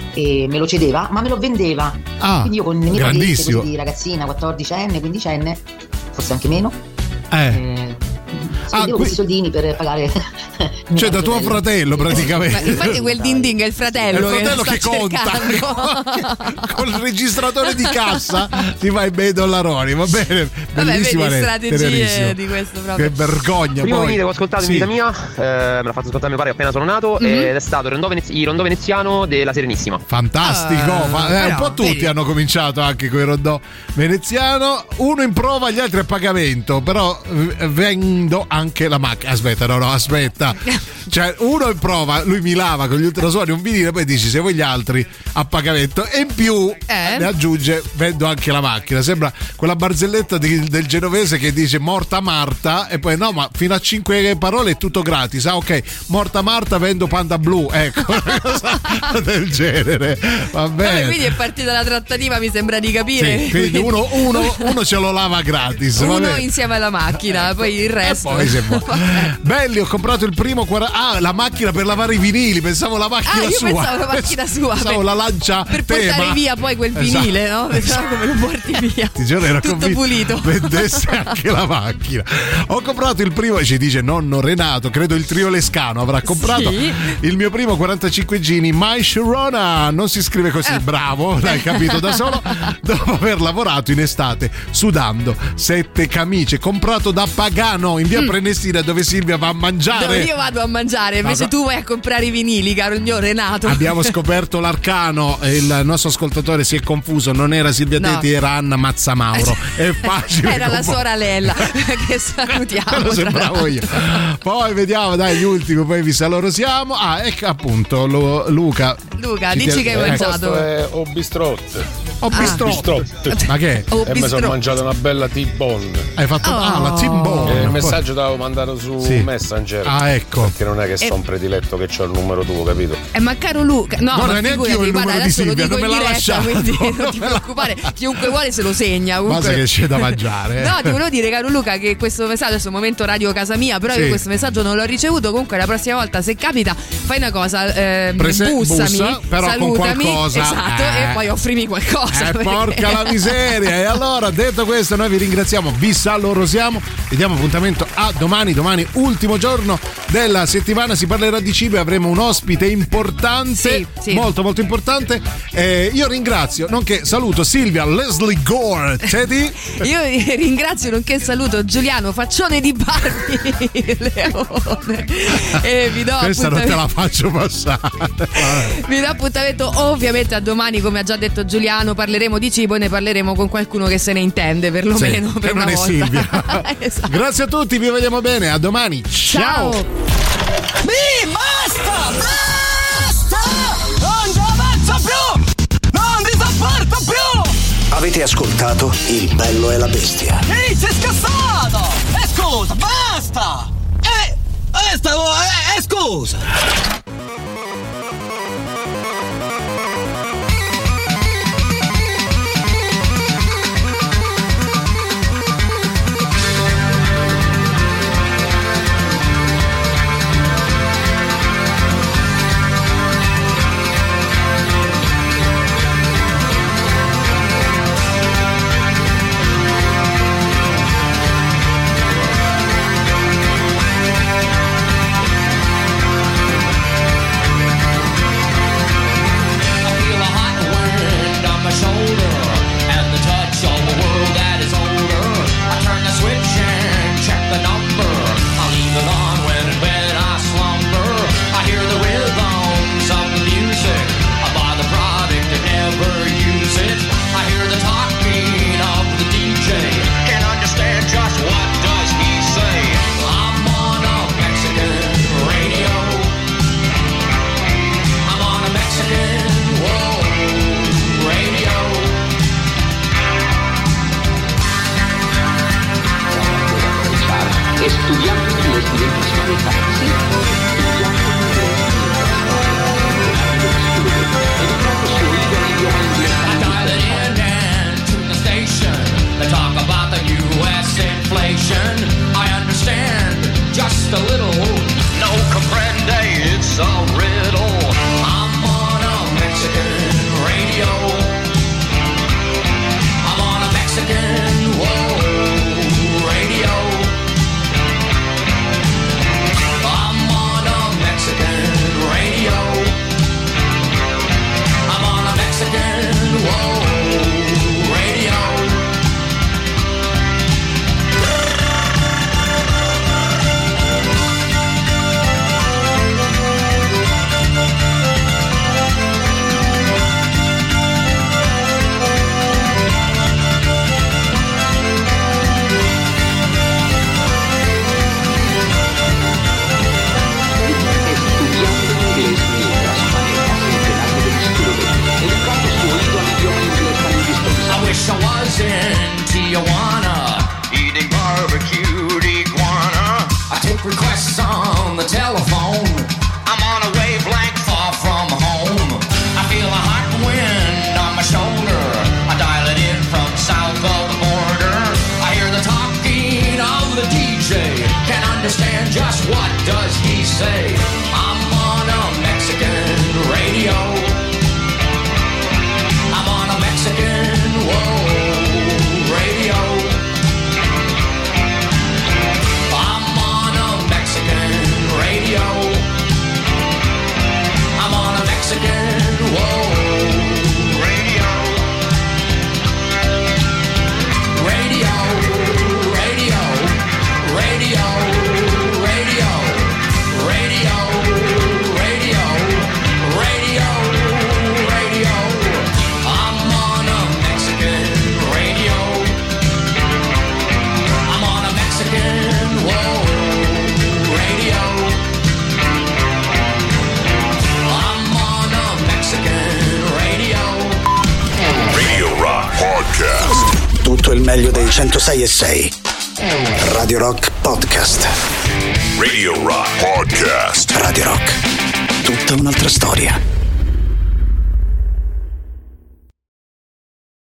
e me lo cedeva, ma me lo vendeva. Ah, quindi io con le mie grandissimo. così di ragazzina, quattordicenne, quindicenne, forse anche meno, Eh. eh, Ah, spendevo qui- questi soldini per pagare Cioè da tuo fratello praticamente. Ma infatti quel din ding è il fratello, È il fratello che, che sta conta. cercando. Col registratore di cassa ti fai bei dollaroni, va bene. Vabbè, Bellissima vedi Lea, strategie tenerissimo. di questo proprio. Che vergogna. Primo poi. vinile che ho ascoltato Sì. in vita mia, eh, me l'ha fatto ascoltare mio padre appena sono nato, Mhm. ed è stato il rondò, venez- il rondò veneziano della Serenissima. Fantastico, Ah, fa- eh, un però, po' tutti vedi. hanno cominciato anche con il rondò veneziano, uno in prova, gli altri a pagamento, però eh, vendo anche la macchina. Aspetta, no, no, aspetta. Cioè, uno in prova, lui mi lava con gli ultrasuoni un vinile, poi dici se vuoi gli altri a pagamento e in più Eh? ne aggiunge vendo anche la macchina. Sembra quella barzelletta di- del genovese che dice morta Marta e poi no, ma fino a cinque parole è tutto gratis. Ah, ok, morta Marta vendo panda blu, ecco, una cosa del genere. Va Vabbè, bene. quindi è partita la trattativa, mi sembra di capire. Sì, quindi uno, uno, uno ce lo lava gratis. va Uno bene. insieme alla macchina, poi il resto. Poi se vuoi. Belli, ho comprato il primo quaranta Ah, la macchina per lavare i vinili, pensavo la macchina Ah, io sua. pensavo la macchina sua. Pensavo per- la lancia Per tema. portare via poi quel vinile, Esatto. no? Pensavo come lo porti via. Ti giuro, ero Tutto convinto pulito. vendesse anche la macchina. Ho comprato il primo, ci dice nonno Renato, credo il trio Lescano avrà comprato Sì. il mio primo quarantacinque giri My Sharona, non si scrive così, Eh. bravo, l'hai capito da solo. Dopo aver lavorato in estate sudando sette camicie, comprato da Pagano in via Mm. Prenestina dove Silvia va a mangiare. Dove io vado a mangiare, invece No, no. tu vai a comprare i vinili, caro il mio Renato. Abbiamo scoperto l'arcano e il nostro ascoltatore si è confuso, non era Silvia No. Teti, era Anna Mazzamauro. È facile. Era la conf- sorella che salutiamo. Quello tra sembravo io. Poi vediamo, dai, gli ultimi, poi vi salorosiamo. Ah, ecco appunto, lo- Luca. Luca, Ci dici tiene- che hai ecco. mangiato. Questo è o bistrot. Oh, bistrotto. Ma che? Oh, e mi sono mangiato una bella T-bone. Hai fatto Oh. ah, la T-bone. E il messaggio l'avevo mandato su Sì. Messenger. Ah, ecco. Perché non è che E- sono prediletto che c'ho il numero tuo, capito? Eh, ma caro Luca, no, Guarda, ma neanche io figurati, il guarda, numero di adesso lo Silvia, dico non in me l'ha diretta, lasciato. quindi non ti preoccupare, chiunque vuole se lo segna. Comunque. Basta che c'è da mangiare. eh. No, ti volevo dire, caro Luca, che questo messaggio adesso è un momento radio casa mia, però Sì. io questo messaggio non l'ho ricevuto. Comunque la prossima volta, se capita, fai una cosa, eh, Prese- bussami, bussa, però con salutami, qualcosa. esatto, Eh. e poi offrimi qualcosa. Eh, perché- porca la miseria. E allora, detto questo, noi vi ringraziamo. Vi loro siamo. Vi diamo appuntamento a domani. Domani, ultimo giorno della settimana. Si parlerà di cibo e avremo un ospite importante. Sì, sì. Molto, molto importante. Eh, io ringrazio, nonché saluto Silvia Leslie Gore. Teddy. Io ringrazio nonché saluto Giuliano Faccione di Barbie Leone e vi do Questa non te appuntamento, la faccio passare. vi do appuntamento ovviamente a domani, come ha già detto Giuliano. Parleremo di cibo e ne parleremo con qualcuno che se ne intende perlomeno Sì, per che non una è volta. Silvia. Esatto. Grazie a tutti, vi vediamo bene. A domani. Ciao. Mi basta! Basta! Non ci avanzo più! Non vi sopporto più! Avete ascoltato Il bello e la bestia. Ehi, sei scassato! E scusa, basta! E... e stavo... e, e scusa! Radio, radio, radio, radio. meglio dei centosei e sei. Radio Rock Podcast. Radio Rock Podcast. Radio Rock. Tutta un'altra storia.